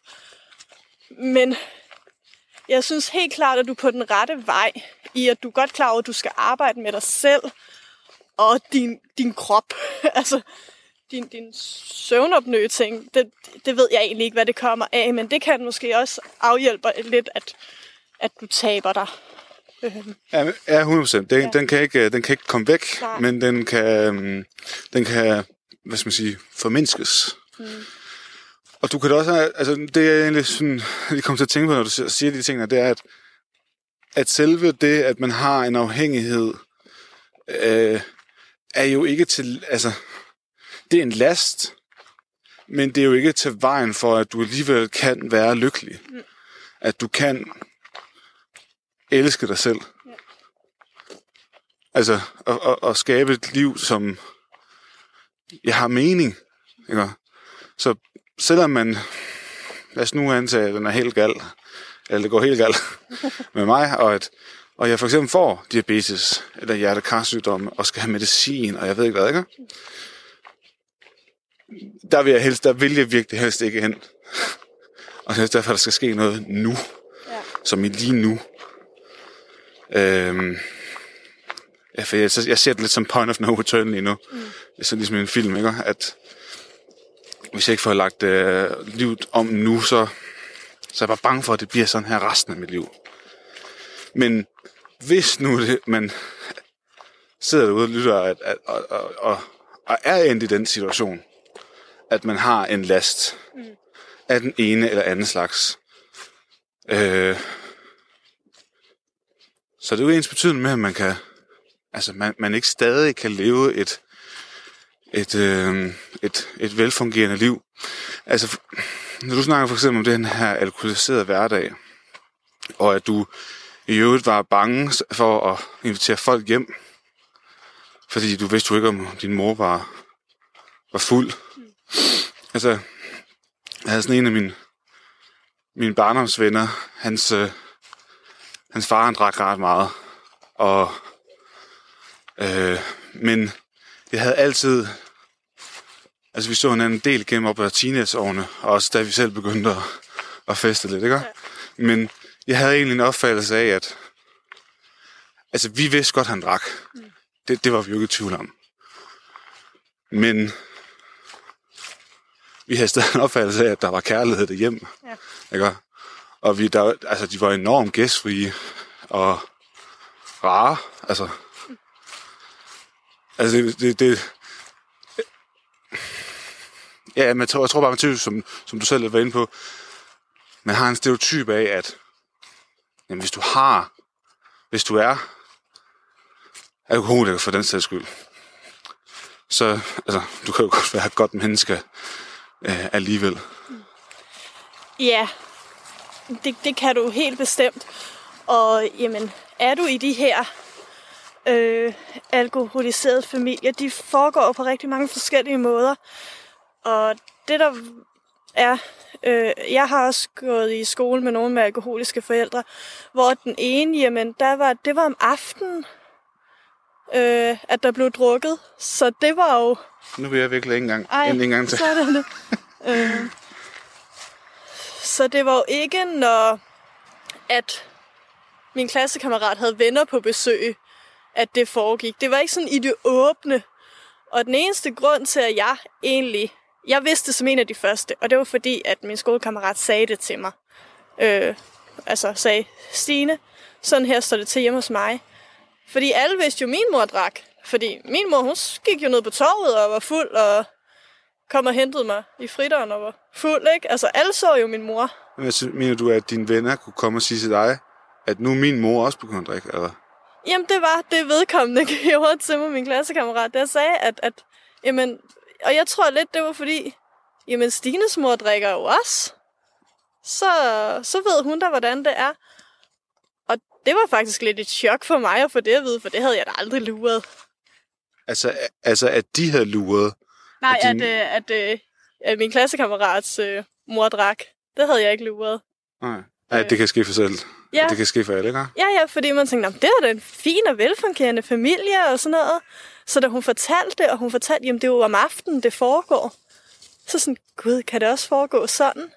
Men jeg synes helt klart, at du er på den rette vej, i at du er godt klar over, at du skal arbejde med dig selv og din, din krop. altså, Din, din søvnopnøting, det, det ved jeg egentlig ikke, hvad det kommer af, men det kan måske også afhjælpe lidt, at, at du taber dig. Ja, ja hundrede procent. Den, ja. den, kan ikke, den kan ikke komme væk, Nej. men den kan, den kan, hvad skal man sige, formindskes. Mm. Og du kan da også, altså det er egentlig sådan, jeg kommer til at tænke på, når du siger de ting, det er, at, at selve det, at man har en afhængighed, øh, er jo ikke til, altså, det er en last, men det er jo ikke til vejen for, at du alligevel kan være lykkelig. Mm. At du kan elske dig selv. Ja. Altså, at, at, at skabe et liv, som jeg har mening. Ikke? Så selvom man, lad os nu antage, at den er helt gal, eller det går helt galt med mig, og, at, og jeg for eksempel får diabetes, eller hjertekarsygdomme, og skal have medicin, og jeg ved ikke hvad, ikke? Der vil jeg helst, der vil jeg virkelig helst ikke hen. Og det er derfor, der skal ske noget nu. Ja. Som i lige nu. Øhm, ja, for jeg, jeg ser det lidt som point of no return lige nu. Mm. Det er sådan ligesom en film, ikke? At hvis jeg ikke får lagt øh, livet om nu, så, så er jeg bare bange for, at det bliver sådan her resten af mit liv. Men hvis nu det, man sidder derude og lytter at, at, og, og, og, og er endt i den situation, at man har en last mm. af den ene eller anden slags. Øh, så det er jo ens betydende med, at man kan, altså man, man ikke stadig kan leve et, et, øh, et, et velfungerende liv. Altså, når du snakker for eksempel om den her alkoholiserede hverdag, og at du i øvrigt var bange for at invitere folk hjem, fordi du vidste jo ikke, om din mor var, var fuld. Mm. Altså, jeg havde sådan en af mine, mine barndomsvenner, hans, øh, hans far, han drak ret meget, og, øh, men jeg havde altid, altså vi så hinanden en del gennem op ad teenageårene, og også da vi selv begyndte at, at feste lidt, ikke? Ja. Men jeg havde egentlig en opfattelse af, at altså vi vidste godt, han drak. Mm. Det, det var vi jo ikke i tvivl om. Men vi havde stadig en opfattelse af, at der var kærlighed derhjemme. Ja. Ikke? Og vi, der, altså, de var enormt gæstfrie og rare. Altså, mm. altså det, det, det ja, men jeg tror, jeg tror bare, man typisk, som, som du selv var inde på, man har en stereotyp af, at jamen, hvis du har, hvis du er alkoholiker for den sags skyld, så altså, du kan jo godt være et godt menneske øh, alligevel. Ja, det, det kan du helt bestemt. Og jamen, er du i de her øh, alkoholiserede familier, de foregår på rigtig mange forskellige måder. Og det der er, øh, jeg har også gået i skole med nogle med alkoholiske forældre, hvor den ene, jamen, der var, det var om aftenen, øh, at der blev drukket. Så det var jo... Nu vil jeg virkelig ikke engang, Ej, en gang til. Sådan det. øh, så det var jo ikke, når at min klassekammerat havde venner på besøg, at det foregik. Det var ikke sådan i det åbne. Og den eneste grund til, at jeg egentlig... Jeg vidste det som en af de første, og det var fordi, at min skolekammerat sagde det til mig. Øh, altså sagde, Stine, sådan her står det til hjemme hos mig. Fordi alle vidste jo, min mor drak. Fordi min mor, hun gik jo ned på torvet og var fuld, og kom og hentede mig i fritteren og var fuld, ikke? Altså, alle så jo min mor. Men så mener du, at dine venner kunne komme og sige til dig, at nu er min mor også begyndt at drikke, eller? Jamen, det var det vedkommende gjorde til mig, min klassekammerat. Der sagde, at, at jamen, og jeg tror lidt, det var fordi, jamen, Stines mor drikker jo også. Så, så ved hun da, hvordan det er. Og det var faktisk lidt et chok for mig at få det at vide, for det havde jeg da aldrig luret. Altså, altså at de havde luret? Nej, at, din... at, at, at, at min klassekammerats øh, mor drak. Det havde jeg ikke luret. Nej, ja, det kan ske for selv. Ja. Det kan ske for alle, ikke? Ja, ja, fordi man tænkte, det er da en fin og velfungerende familie og sådan noget. Så da hun fortalte det, og hun fortalte, jamen det er jo om aftenen, det foregår. Så sådan, gud, kan det også foregå sådan?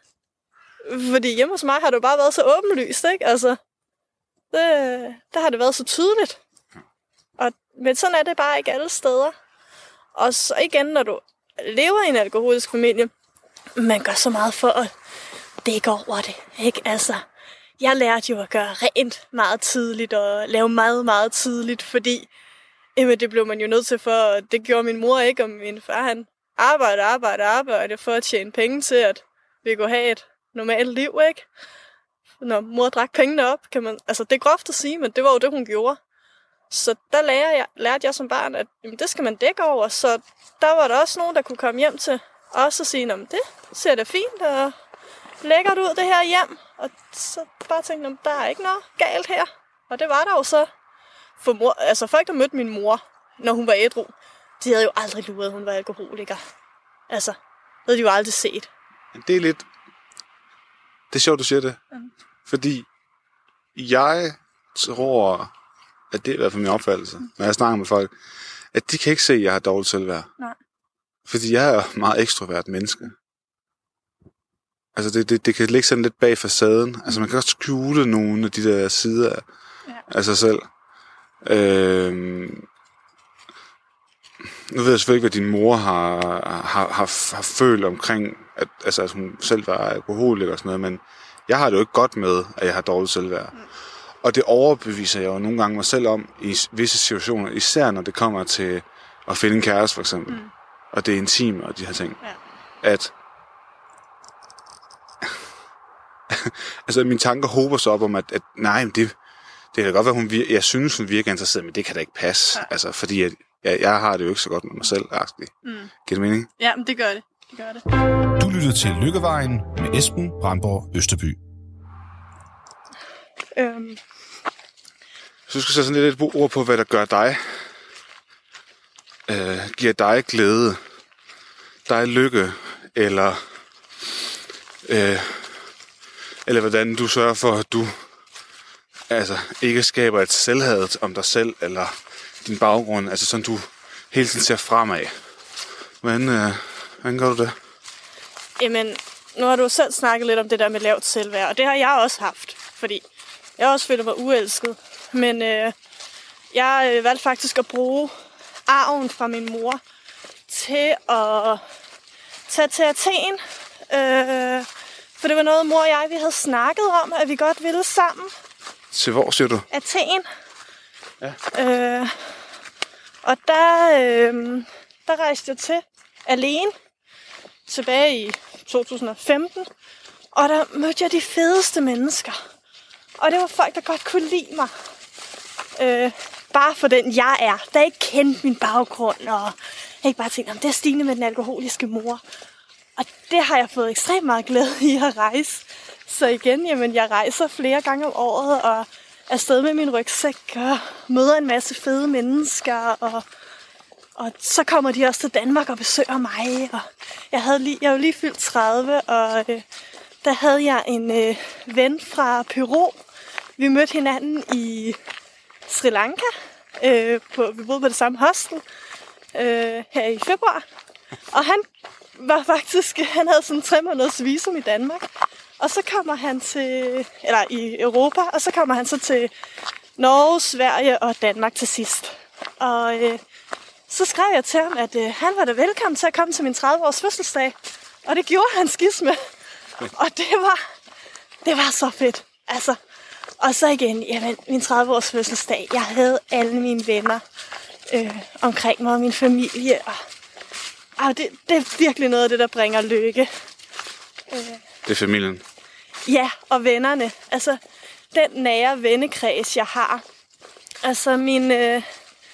Fordi hjemme hos mig har det jo bare været så åbenlyst, ikke? Altså, det, der har det været så tydeligt. Og, men sådan er det bare ikke alle steder. Og så igen, når du lever i en alkoholisk familie, man gør så meget for at dække over det, ikke? Altså, jeg lærte jo at gøre rent meget tidligt, og lave mad meget tidligt, fordi jamen, det blev man jo nødt til for, og det gjorde min mor ikke, og min far, han arbejdede, arbejdede, arbejdede for at tjene penge til, at vi kunne have et normalt liv, ikke? Når mor drak pengene op, kan man, altså det er groft at sige, men det var jo det, hun gjorde. Så der lærte jeg, lærte jeg som barn, at jamen, det skal man dække over, så der var der også nogen, der kunne komme hjem til os og sige, det ser da fint og lækkert ud det her hjem, og så bare tænkte, der er ikke noget galt her, og det var der jo så. For mor, altså folk, der mødte min mor, når hun var ædru, de havde jo aldrig luret, at hun var alkoholiker. Altså, det havde de jo aldrig set. Det er lidt... Det er sjovt, du siger det. Mm. Fordi jeg tror, at det er i hvert fald min opfattelse, mm. når jeg snakker med folk, at de kan ikke se, at jeg har dårligt selvværd. Nej. Fordi jeg er meget ekstrovert menneske. Altså, det, det, det kan ligge sådan lidt bag facaden. Altså, man kan også skjule nogle af de der sider af, ja. af sig selv. Øhm, nu ved jeg selvfølgelig ikke, hvad din mor har, har, har, har følt omkring, at, altså, at hun selv var alkoholiker og sådan noget, men jeg har det jo ikke godt med, at jeg har dårligt selvværd. Mm. Og det overbeviser jeg jo nogle gange mig selv om i visse situationer, især når det kommer til at finde en kæreste for eksempel, mm. og det er intime og de her ting, ja. At altså mine tanker hober sig op om, at, at nej, det Det kan godt være, hun vir- jeg synes, hun virker interesseret, men det kan da ikke passe. Ja. Altså, fordi jeg, jeg, jeg har det jo ikke så godt med mig selv, actually. Mm. Giver det mening? Ja, men det gør det. det gør det. Du lytter til Lykkevejen med Esben Brandborg Østerby. Øhm. Så du skal sætte sådan lidt et ord på, hvad der gør dig. Øh, giver dig glæde. Dig lykke. Eller, øh, eller hvordan du sørger for, at du altså ikke skaber et selvhadet om dig selv eller din baggrund, altså sådan du hele tiden ser fremad. Hvordan, øh, hvordan gør du det? Jamen, nu har du selv snakket lidt om det der med lavt selvværd, og det har jeg også haft, fordi jeg også føler mig uelsket. Men øh, jeg øh, valgte faktisk at bruge arven fra min mor til at tage til Athen. Øh, for det var noget, mor og jeg vi havde snakket om, at vi godt ville sammen. Til hvor, siger du? Athen. Ja. Øh, og der, øh, der rejste jeg til alene tilbage i to tusind og femten. Og der mødte jeg de fedeste mennesker. Og det var folk, der godt kunne lide mig. Øh, bare for den, jeg er. Der ikke kendte min baggrund og jeg ikke bare tænkt, det er Stine med den alkoholiske mor. Og det har jeg fået ekstremt meget glæde i at rejse. Så igen, jamen, jeg rejser flere gange om året, og er afsted med min rygsæk, og møder en masse fede mennesker, og, og så kommer de også til Danmark og besøger mig. Og jeg, havde lige, jeg var lige fyldt tredive, og øh, der havde jeg en øh, ven fra Peru. Vi mødte hinanden i Sri Lanka. Øh, på, vi boede på det samme hostel øh, her i februar. Og han var faktisk, han havde sådan tre måneders visum i Danmark. Og så kommer han til, eller i Europa, og så kommer han så til Norge, Sverige og Danmark til sidst. Og øh, så skrev jeg til ham, at øh, han var da velkommen til at komme til min tredive-års fødselsdag. Og det gjorde han skids med. Og det var, det var så fedt. Altså, og så igen, jamen, min tredive-års fødselsdag. Jeg havde alle mine venner øh, omkring mig og min familie. Og, og det, det er virkelig noget af det, der bringer lykke. Øh, Det er familien. Ja, og vennerne. Altså, den nære vennekreds, jeg har. Altså, min... Øh,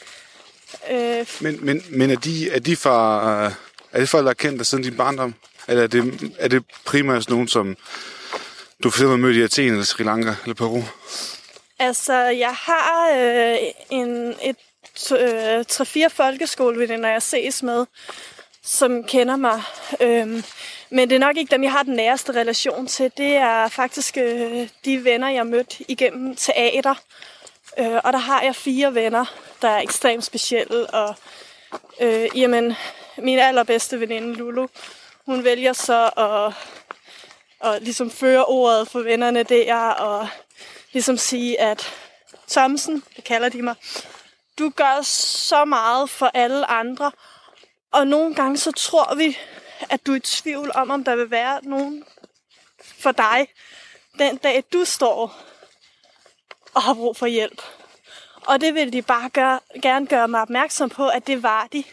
øh, Men, men, men er, de, er de fra... Øh, er det folk, der har kendt dig siden din barndom? Eller er det, er det primært nogen, som du for eksempel har mødt i Athen, eller Sri Lanka, eller Peru? altså, jeg har øh, en, et øh, tre-fire folkeskoleveninder, jeg ses med, som kender mig. Øhm, men det er nok ikke dem, jeg har den næreste relation til. Det er faktisk øh, de venner, jeg mødte igennem teater. Øh, og der har jeg fire venner, der er ekstremt specielle. Og øh, jamen, min allerbedste veninde, Lulu, hun vælger så at, at ligesom føre ordet for vennerne der, og ligesom sige, at Thomsen, det kalder de mig, du gør så meget for alle andre, og nogle gange så tror vi, at du er i tvivl om, om der vil være nogen for dig, den dag du står og har brug for hjælp. Og det vil de bare gøre, gerne gøre mig opmærksom på, at det var de.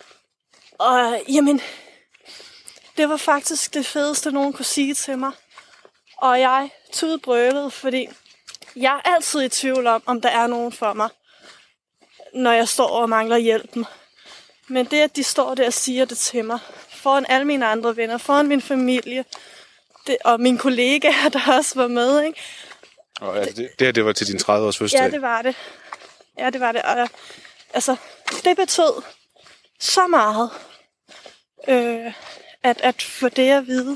Og jamen, det var faktisk det fedeste, nogen kunne sige til mig. Og jeg tudbrølede, fordi jeg er altid i tvivl om, om der er nogen for mig, når jeg står og mangler hjælpen. Men det, at de står der og siger det til mig, foran alle mine andre venner, foran min familie, det, og mine kollegaer, der også var med, ikke? Og altså, det, det her, det var til din tredive-års fødselsdag? Ja, det var det. Ja, det var det. Og altså, det betød så meget, øh, at, at få det at vide.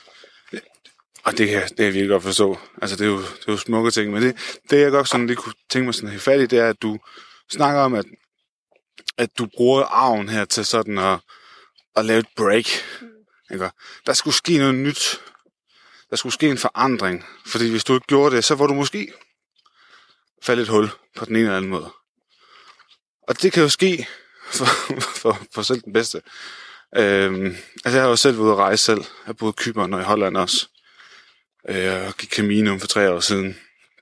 Og det kan, det kan jeg virkelig godt forstå. Altså, det er jo, det er jo smukke ting. Men det, det jeg godt sådan lige kunne tænke mig sådan helt fat i, det er, at du snakker om, at, at du bruger arven her til sådan at, at lave et break. Mm. Ikke? Der skulle ske noget nyt. Der skulle ske en forandring. Fordi hvis du ikke gjorde det, så var du måske falde et hul på den ene eller anden måde. Og det kan jo ske for, for, for selv den bedste. Øhm, altså jeg har jo selv været ude at rejse selv. Jeg boede i Cypern og i Holland også. Øh, og gik Camino for tre år siden.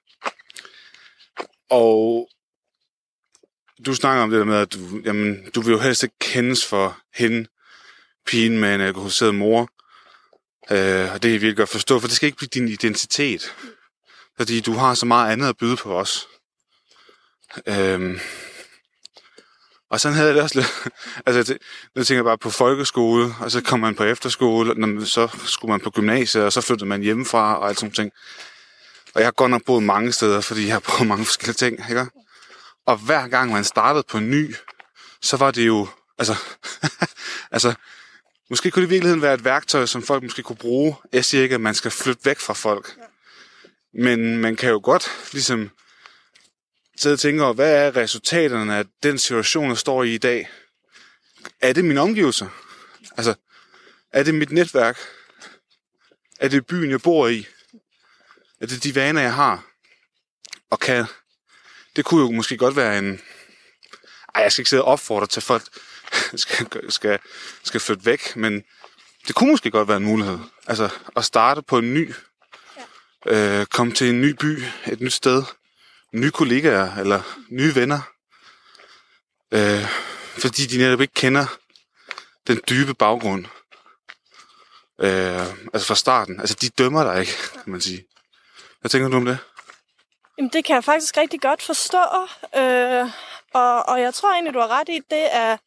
Og du snakker om det der med, at du, jamen, du vil jo helst ikke kendes for hende, pigen med en alkoholiseret mor. Øh, og det er jeg virkelig godt forstå, for det skal ikke blive din identitet. Fordi du har så meget andet at byde på os. Øhm, og sådan havde jeg det også lidt. Altså, det, nu tænker jeg bare på folkeskole, og så kom man på efterskole, og så skulle man på gymnasiet, og så flyttede man hjemmefra, og alt sådan ting. Og jeg har godt nok boet mange steder, fordi jeg har prøvet mange forskellige ting, ikke? Og hver gang man startede på en ny, så var det jo, altså, altså, måske kunne det i virkeligheden være et værktøj, som folk måske kunne bruge. Jeg siger ikke, at man skal flytte væk fra folk. Men man kan jo godt ligesom sidde og tænke over, hvad er resultaterne af den situation, jeg står i i dag? Er det mine omgivelser? Altså, er det mit netværk? Er det byen, jeg bor i? Er det de vaner, jeg har? Og kan... Det kunne jo måske godt være en... Ej, jeg skal ikke sidde og opfordre til, at folk skal, skal, skal flytte væk, men det kunne måske godt være en mulighed. Altså, at starte på en ny... Øh, komme til en ny by, et nyt sted, nye kollegaer eller nye venner, øh, fordi de netop ikke kender den dybe baggrund, øh, altså fra starten. Altså de dømmer dig ikke, kan man sige. Hvad tænker du om det? Jamen, det kan jeg faktisk rigtig godt forstå, øh, og, og jeg tror egentlig, du har ret i, det er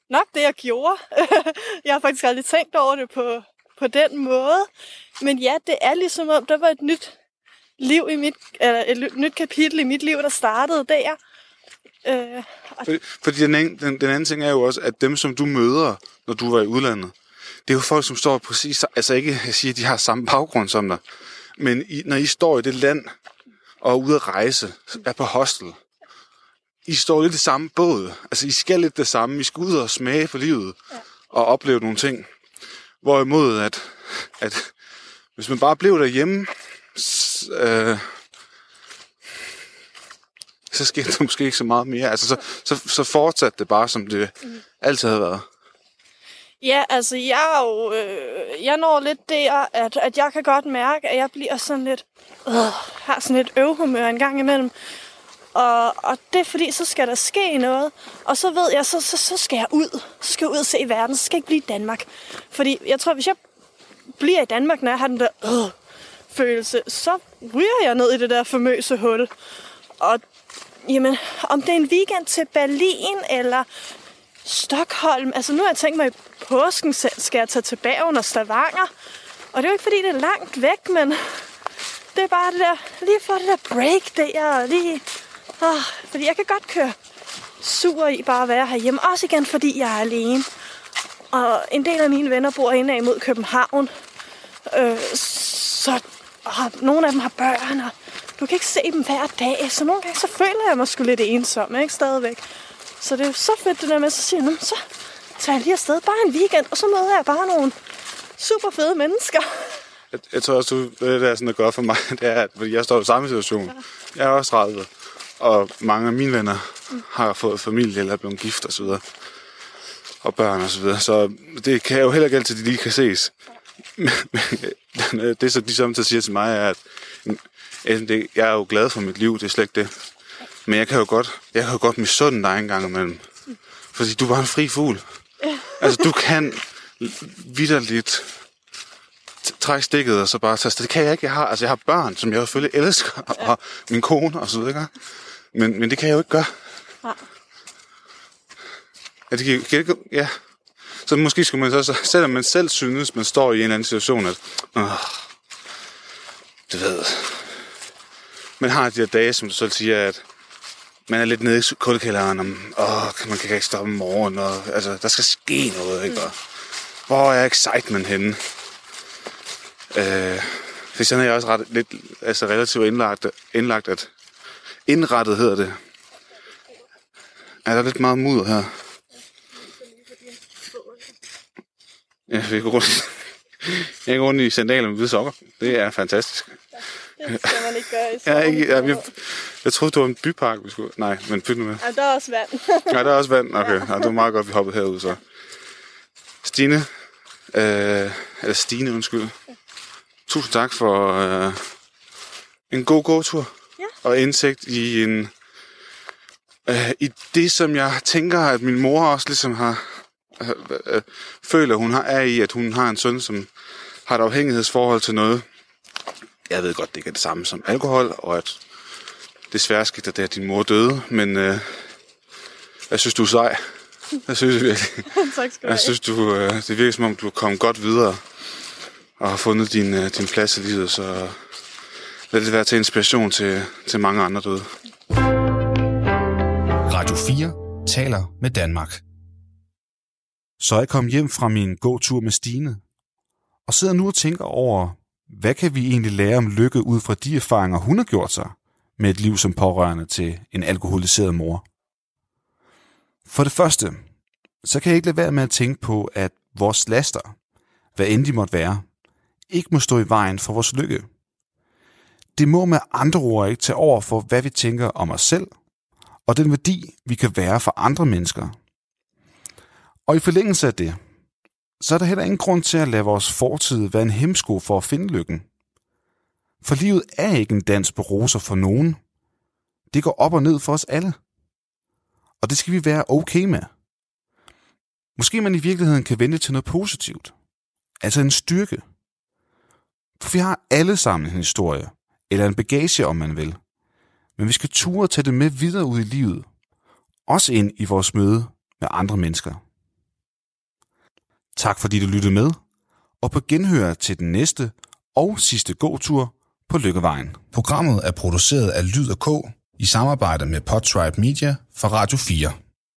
nok det, jeg gjorde. Jeg har faktisk aldrig tænkt over det på, på den måde. Men ja, det er ligesom om, der var et nyt liv i mit, eller et nyt kapitel i mit liv, der startede der. Øh, Fordi, fordi den, den, den anden ting er jo også, at dem, som du møder, når du var i udlandet, det er jo folk, som står præcis, altså ikke, jeg siger, at de har samme baggrund som dig, men I, når I står i det land, og er ude at rejse, er på hostel, I står lidt i samme båd, altså I skal lidt det samme, I skal ud og smage på livet, ja. Og opleve nogle ting. Hvorimod, at, at hvis man bare blev derhjemme, s- øh, så skete der måske ikke så meget mere. Altså, så, så, så fortsatte det bare, som det mm. altid havde været. Ja, altså, jeg er jo, øh, jeg når lidt der, at, at jeg kan godt mærke, at jeg bliver sådan lidt, øh, har sådan et øvhumør en gang imellem. Og, og det er fordi, så skal der ske noget. Og så ved jeg, så, så, så skal jeg ud. Så skal jeg ud og se verden. Så skal jeg ikke blive i Danmark. Fordi jeg tror, hvis jeg bliver i Danmark, når jeg har den der øh, følelse, så ryger jeg ned i det der famøse hul. Og jamen, om det er en weekend til Berlin eller Stockholm. Altså nu har jeg tænkt mig, i påsken skal jeg tage til Bergen og Stavanger. Og det er jo ikke fordi, det er langt væk, men det er bare det der, lige for det der break der, og lige, åh, fordi jeg kan godt køre sur i bare at være herhjemme. Også igen, fordi jeg er alene. Og en del af mine venner bor inde imod København. Øh, så og nogle af dem har børn, og du kan ikke se dem hver dag. Så nogle gange så føler jeg mig sgu lidt ensom, ikke? Stadigvæk. Så det er så fedt det der med, så siger jeg, så tager jeg lige afsted bare en weekend, og så møder jeg bare nogle super fede mennesker. Jeg, jeg tror også, det der er sådan, der gør for mig, det er, at fordi jeg står i samme situation. Ja. Jeg er også tredive, og mange af mine venner mm. har fået familie, eller er blevet gift og så videre, og børn og så videre. Så det kan jo heller ikke altid, de lige kan ses. Men, men det, som de samtidig siger til mig, er, at jeg er jo glad for mit liv, det er slet ikke det. Men jeg kan jo godt, jeg kan jo godt misunde dig en gang imellem. Fordi du var en fri fugl. Altså, du kan vitterligt trække stikket og så bare tage. Det kan jeg ikke. Jeg har, altså, jeg har børn, som jeg selvfølgelig elsker, og min kone og så videre. Men, men det kan jeg jo ikke gøre. Ja, det kan, kan ikke, ja. Så måske skulle man så, selvom man selv synes, man står i en eller anden situation, at åh, du ved, man har de her dage, som du selv siger, at man er lidt nede i kuldekælderen, og åh, man kan ikke stoppe om morgenen, og altså, der skal ske noget, ikke? Og, hvor er excitement henne? Øh, for sådan er jeg også ret, lidt, altså relativt indlagt, indlagt, at indrettet hedder det. Er der lidt meget mudder her? Ja, vi går rundt, jeg går rundt i sandaler med hvide sokker. Det er fantastisk. Det skal man ikke gøre i ja, ikke, ja, jeg, jeg troede, det var en bypark, vi skulle. Nej, men pyt nu med. Ja, der er også vand. Nej, der er også vand. Okay, ja, det var meget godt, vi hoppede herud så. Stine, øh, eller Stine, undskyld. Tusind tak for øh, en god gåtur. Ja. Og indsigt i en øh, i det, som jeg tænker, at min mor også ligesom har øh, øh, føler, hun har er i, at hun har en søn, som har et afhængighedsforhold til noget. Jeg ved godt, det ikke er det samme som alkohol, og at desværre skete det, at din mor døde, men øh, jeg synes, du er sej. Jeg synes det virkelig. Tak skal du Jeg synes, du, øh, det virker som om, du er kommet godt videre og har fundet din, øh, din plads i livet, så lad det være til inspiration til, til mange andre døde. Radio fire taler med Danmark. Så jeg kom hjem fra min gåtur med Stine, og sidder nu og tænker over, hvad kan vi egentlig lære om lykke ud fra de erfaringer, hun har gjort sig med et liv som pårørende til en alkoholiseret mor? For det første, så kan jeg ikke lade være med at tænke på, at vores laster, hvad end de måtte være, ikke må stå i vejen for vores lykke. Det må med andre ord ikke tage over for, hvad vi tænker om os selv, og den værdi, vi kan være for andre mennesker. Og i forlængelse af det, så er der heller ingen grund til at lade vores fortid være en hæmsko for at finde lykken. For livet er ikke en dans på roser for nogen. Det går op og ned for os alle. Og det skal vi være okay med. Måske man i virkeligheden kan vende til noget positivt. Altså en styrke. For vi har alle sammen en historie, eller en bagage, om man vil. Men vi skal ture tage det med videre ud i livet. Også ind i vores møde med andre mennesker. Tak fordi du lyttede med, og på genhør til den næste og sidste gåtur på Lykkevejen. Programmet er produceret af Lyd og K i samarbejde med Podtribe Media for Radio fire.